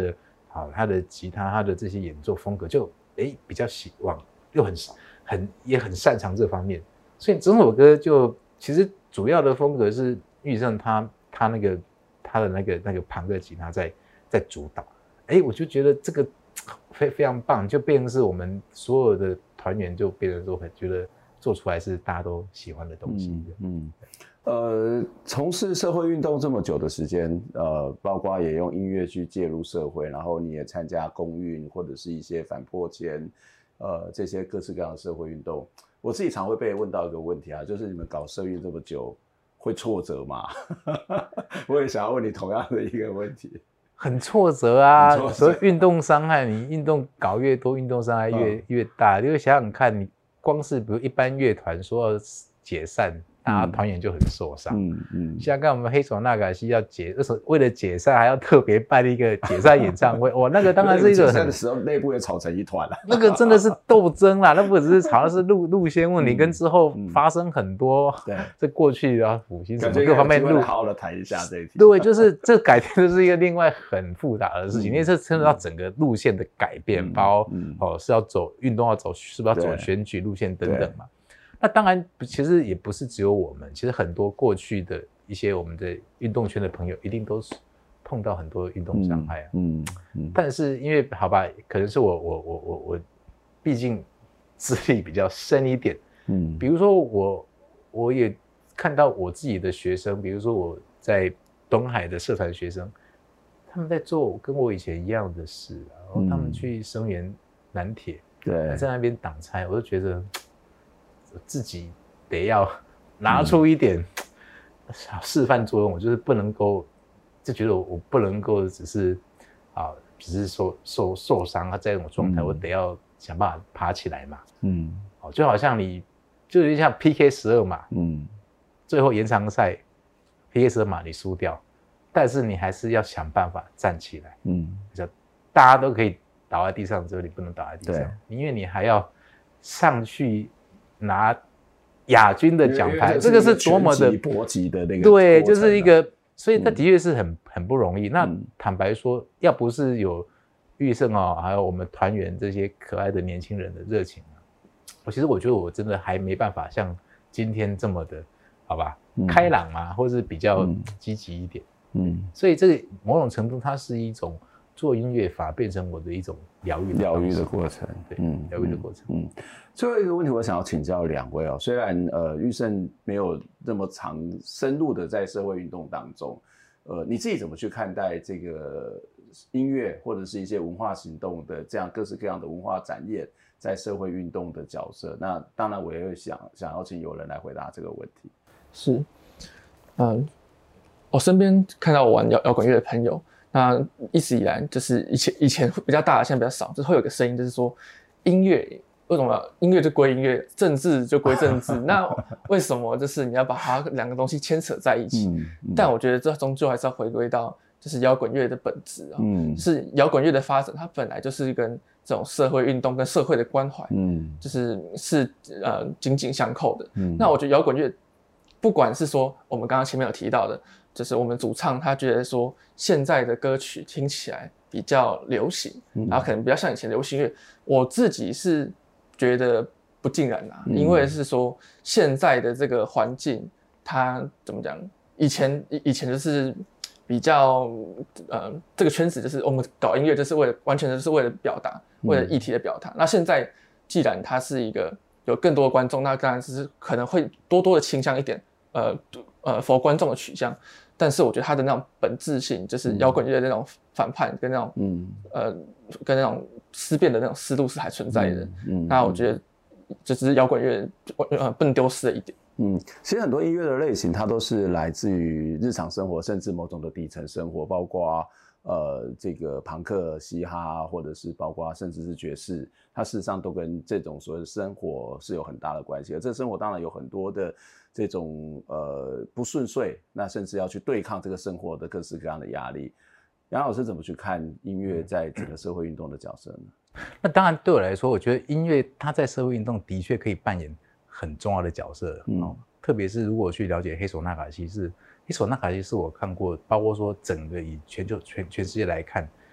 好，他的吉他，他的这些演奏风格就哎比较喜往，又很很也很擅长这方面，所以整首歌就其实主要的风格是玉胜他他那个他的那个那个庞克吉他在在主导，哎，我就觉得这个非非常棒，就变成是我们所有的团员就变成说很觉得做出来是大家都喜欢的东西。嗯。 嗯呃，从事社会运动这么久的时间，呃，包括也用音乐去介入社会，然后你也参加公运或者是一些反迫迁，呃，这些各式各样的社会运动。我自己常会被问到一个问题啊，就是你们搞社运这么久，会挫折吗？我也想要问你同样的一个问题。 很挫折啊，挫折所以运动伤害，你运动搞越多，运动伤害越、嗯、越大。因为想想看，你光是比如一般乐团说要解散。大家团员就很受伤。嗯嗯，像刚我们黑手纳卡西要解，为了解散还要特别办一个解散演唱会，哇，那个当然是一个很。解散的时候内部也吵成一团了。 那个真的是斗争啦，那不只是吵的是路路线问题，嗯、跟之后发生很多。对、嗯，这过去啊，复兴什么各方面路， 好好的谈一下这一题。 对，就是这改天就是一个另外很复杂的事情，嗯、因为这牵扯到整个路线的改变，嗯、包括、嗯、哦是要走运动要走，是不是要走选举路线等等嘛。那当然，其实也不是只有我们，其实很多过去的一些我们的运动圈的朋友，一定都是碰到很多运动伤害啊。嗯 嗯, 嗯。但是因为好吧，可能是我我我我我，毕竟资历比较深一点。嗯。比如说我我也看到我自己的学生，比如说我在东海的社团学生，他们在做跟我以前一样的事，然后他们去声援南铁，对，在那边挡拆，我就觉得。自己得要拿出一点示范作用，我就是不能够就觉得我不能够只是啊，只是受受受伤啊，在这种状态，嗯、我得要想办法爬起来嘛。嗯，哦，就好像你就像 P K 十二码，嗯，最后延长赛 P K 十二码你输掉，但是你还是要想办法站起来。嗯，大家都可以倒在地上，只有你不能倒在地上，因为你还要上去。拿亚军的奖牌，这个是多么的搏击的那个， 对，就是一个，所以它的确是很、嗯、很不容易。那坦白说，要不是有玉胜哦，还有我们团员这些可爱的年轻人的热情啊，我其实我觉得我真的还没办法像今天这么的，好吧，嗯、开朗嘛，或是比较积极一点。嗯，所以这个某种程度它是一种。做音乐法变成我的一种疗愈疗愈的过程， 对，嗯，疗愈的过程。 嗯，最后一个问题，我想要请教两位哦。虽然呃，玉胜没有那么长深入的在社会运动当中，呃，你自己怎么去看待这个音乐或者是一些文化行动的这样各式各样的文化展演在社会运动的角色？那当然，我也会想想要请有人来回答这个问题。 是，嗯、呃，我身边看到我玩摇摇滚乐的朋友。那一直以来就是以前以前比较大，现在比较少，就是会有个声音，就是说音乐为什么音乐就归音乐，政治就归政治？那为什么就是你要把它两个东西牵扯在一起？嗯嗯、但我觉得这终究还是要回归到就是摇滚乐的本质啊，嗯，是摇滚乐的发展，它本来就是跟这种社会运动跟社会的关怀，嗯，就是是呃紧紧相扣的。嗯，那我觉得摇滚乐不管是说我们刚刚前面有提到的。就是我们主唱他觉得说现在的歌曲听起来比较流行，嗯、然后可能比较像以前流行乐。我自己是觉得不尽然啦，嗯、因为是说现在的这个环境，它怎么讲？以前以前就是比较呃这个圈子就是我们搞音乐就是为了完全就是为了表达，为了议题的表达。嗯、那现在既然它是一个有更多的观众，那当然是可能会多多的倾向一点，呃呃 for 观众的取向。但是我觉得它的那种本质性，就是摇滚乐的那种反叛跟那种，嗯，呃，跟那种思辨的那种思路是还存在的。嗯，嗯那我觉得这只是摇滚乐呃不能丢失的一点。 嗯，其实很多音乐的类型，它都是来自于日常生活，甚至某种的底层生活，包括呃这个朋克、嘻哈，或者是包括甚至是爵士，它事实上都跟这种所谓的生活是有很大的关系。而这生活当然有很多的。这种呃不顺遂，那甚至要去对抗这个生活的各式各样的压力。杨老师怎么去看音乐在整个社会运动的角色呢？ 那当然对我来说，我觉得音乐它在社会运动的确可以扮演很重要的角色。嗯，哦、特别是如果去了解黑手纳卡西，是黑手纳卡西是我看过，包括说整个以全球全全世界来看，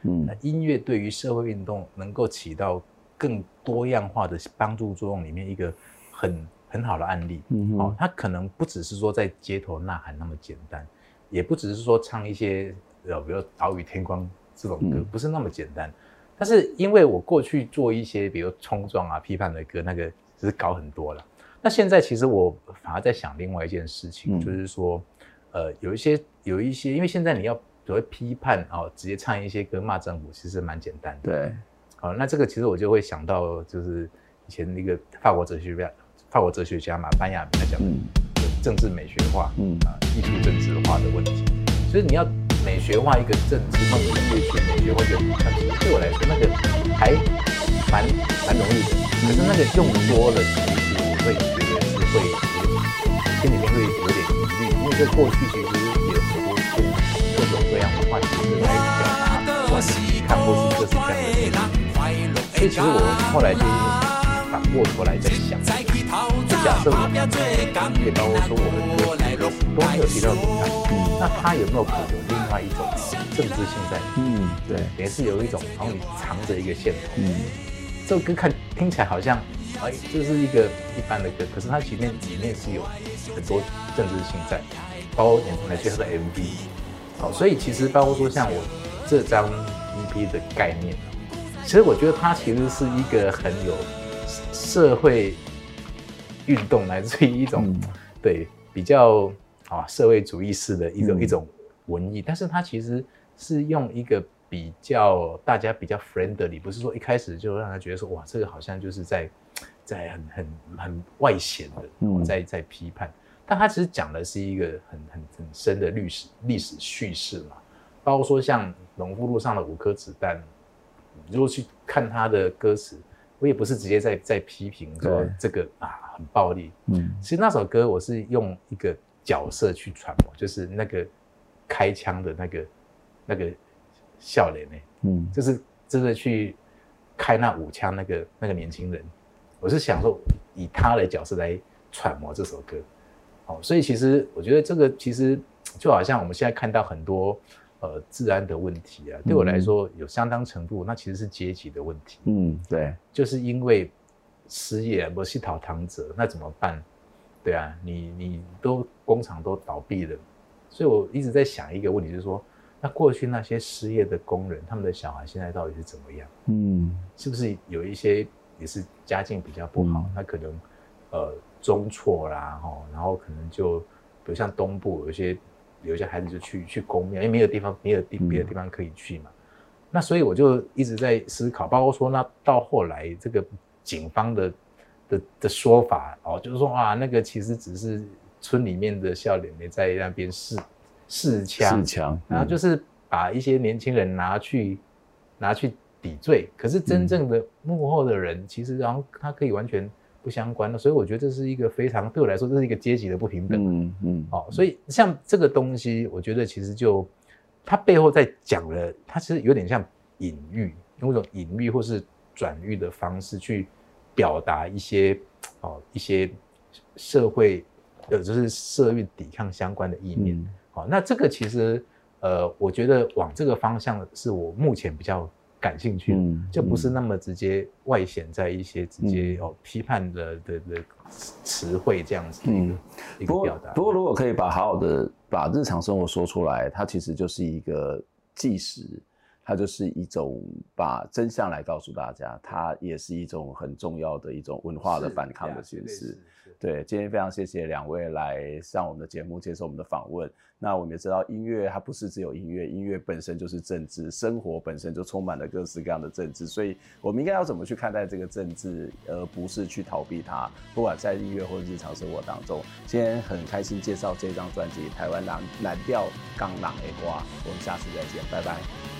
嗯，那音乐对于社会运动能够起到更多样化的帮助作用里面一个很很好的案例。嗯，哦，它可能不只是说在街头呐喊那么简单，也不只是说唱一些呃，比如《岛屿天光》这种歌，嗯，不是那么简单。但是因为我过去做一些比如冲撞啊、批判的歌，那个只是搞很多了。那现在其实我反而在想另外一件事情，嗯，就是说，呃，有一些有一些，因为现在你要所谓批判哦，直接唱一些歌骂政府，其实蛮简单的。 对， 好，那这个其实我就会想到，就是以前那个法国哲学家，法国哲学家嘛，班亚明他讲的政治美学化，嗯啊，艺术政治化的问题。所以你要美学化一个政治，用音乐去美学化一个，那其实对我来说那个还蛮蛮容易的。可是那个用多了，其实我会觉得是会心里面会有点疑虑，因为这过去其实也有很多用各种各样的话题来表达观点，看或是各式各样的内容。所以其实我后来就是反过头来在想，就假设我们音乐，包括说我的歌词都没有提到批判，嗯，那它有没有可能有另外一种政治性在里面？嗯，对，也是有一种好像你藏着一个线头。嗯，这首歌看听起来好像，哎，这是一个一般的歌，可是它里面里面是有很多政治性在，包括你来去它的 M V， 好，所以其实包括说像我这张 E P 的概念，其实我觉得它其实是一个很有社会运动，来自于一种、嗯、对比较啊社会主义式的一种、嗯、一种文艺，但是它其实是用一个比较大家比较 friendly， 不是说一开始就让他觉得说哇这个好像就是在在很很很外显的、嗯、在在批判，但他其实讲的是一个很很很深的历史历史叙事嘛，包括说像农夫路上的五颗子弹，如果去看他的歌词，我也不是直接在在批评说这个啊很暴力，嗯，其实那首歌我是用一个角色去揣摩，就是那个开枪的那个那个笑脸呢，嗯，就是真的去开那五枪那个那个年轻人，我是想说以他的角色来揣摩这首歌，哦，所以其实我觉得这个其实就好像我们现在看到很多呃治安的问题啊，对我来说有相当程度，那其实是阶级的问题，嗯，对，就是因为失业不是讨糖者，那怎么办？对啊，你你都工厂都倒闭了，所以我一直在想一个问题，就是说，那过去那些失业的工人，他们的小孩现在到底是怎么样？嗯，是不是有一些也是家境比较不好，嗯、那可能呃中辍啦，哈，然后可能就比如像东部有一些有一些孩子就去去公庙，因为没有地方没有地别的地方可以去嘛。嗯、那所以我就一直在思考，包括说那到后来这个警方的的的说法哦，就是说啊，那个其实只是村里面的少年们在那边试试枪，试枪，嗯、然后就是把一些年轻人拿去拿去抵罪，可是真正的幕后的人，嗯、其实然后他可以完全不相关的，所以我觉得这是一个非常对我来说，这是一个阶级的不平等。嗯嗯，哦，所以像这个东西，我觉得其实就它背后在讲了，它其实有点像隐喻，用一种隐喻或是转喻的方式去表达一些哦一些社会呃就是社运抵抗相关的意念。好、嗯哦，那这个其实呃，我觉得往这个方向是我目前比较感兴趣的，嗯、就不是那么直接外显在一些直接、嗯、哦批判的的的词汇这样子的一个、嗯、一个表达。 不过如果可以把好好的把日常生活说出来，它其实就是一个纪实，它就是一种把真相来告诉大家，它也是一种很重要的一种文化的反抗的形式。对，今天非常谢谢两位来上我们的节目，接受我们的访问。那我们也知道，音乐它不是只有音乐，音乐本身就是政治，生活本身就充满了各式各样的政治，所以我们应该要怎么去看待这个政治，而不是去逃避它，不管在音乐或日常生活当中。今天很开心介绍这张专辑《台湾蓝蓝调港朗的歌》，我们下次再见，拜拜。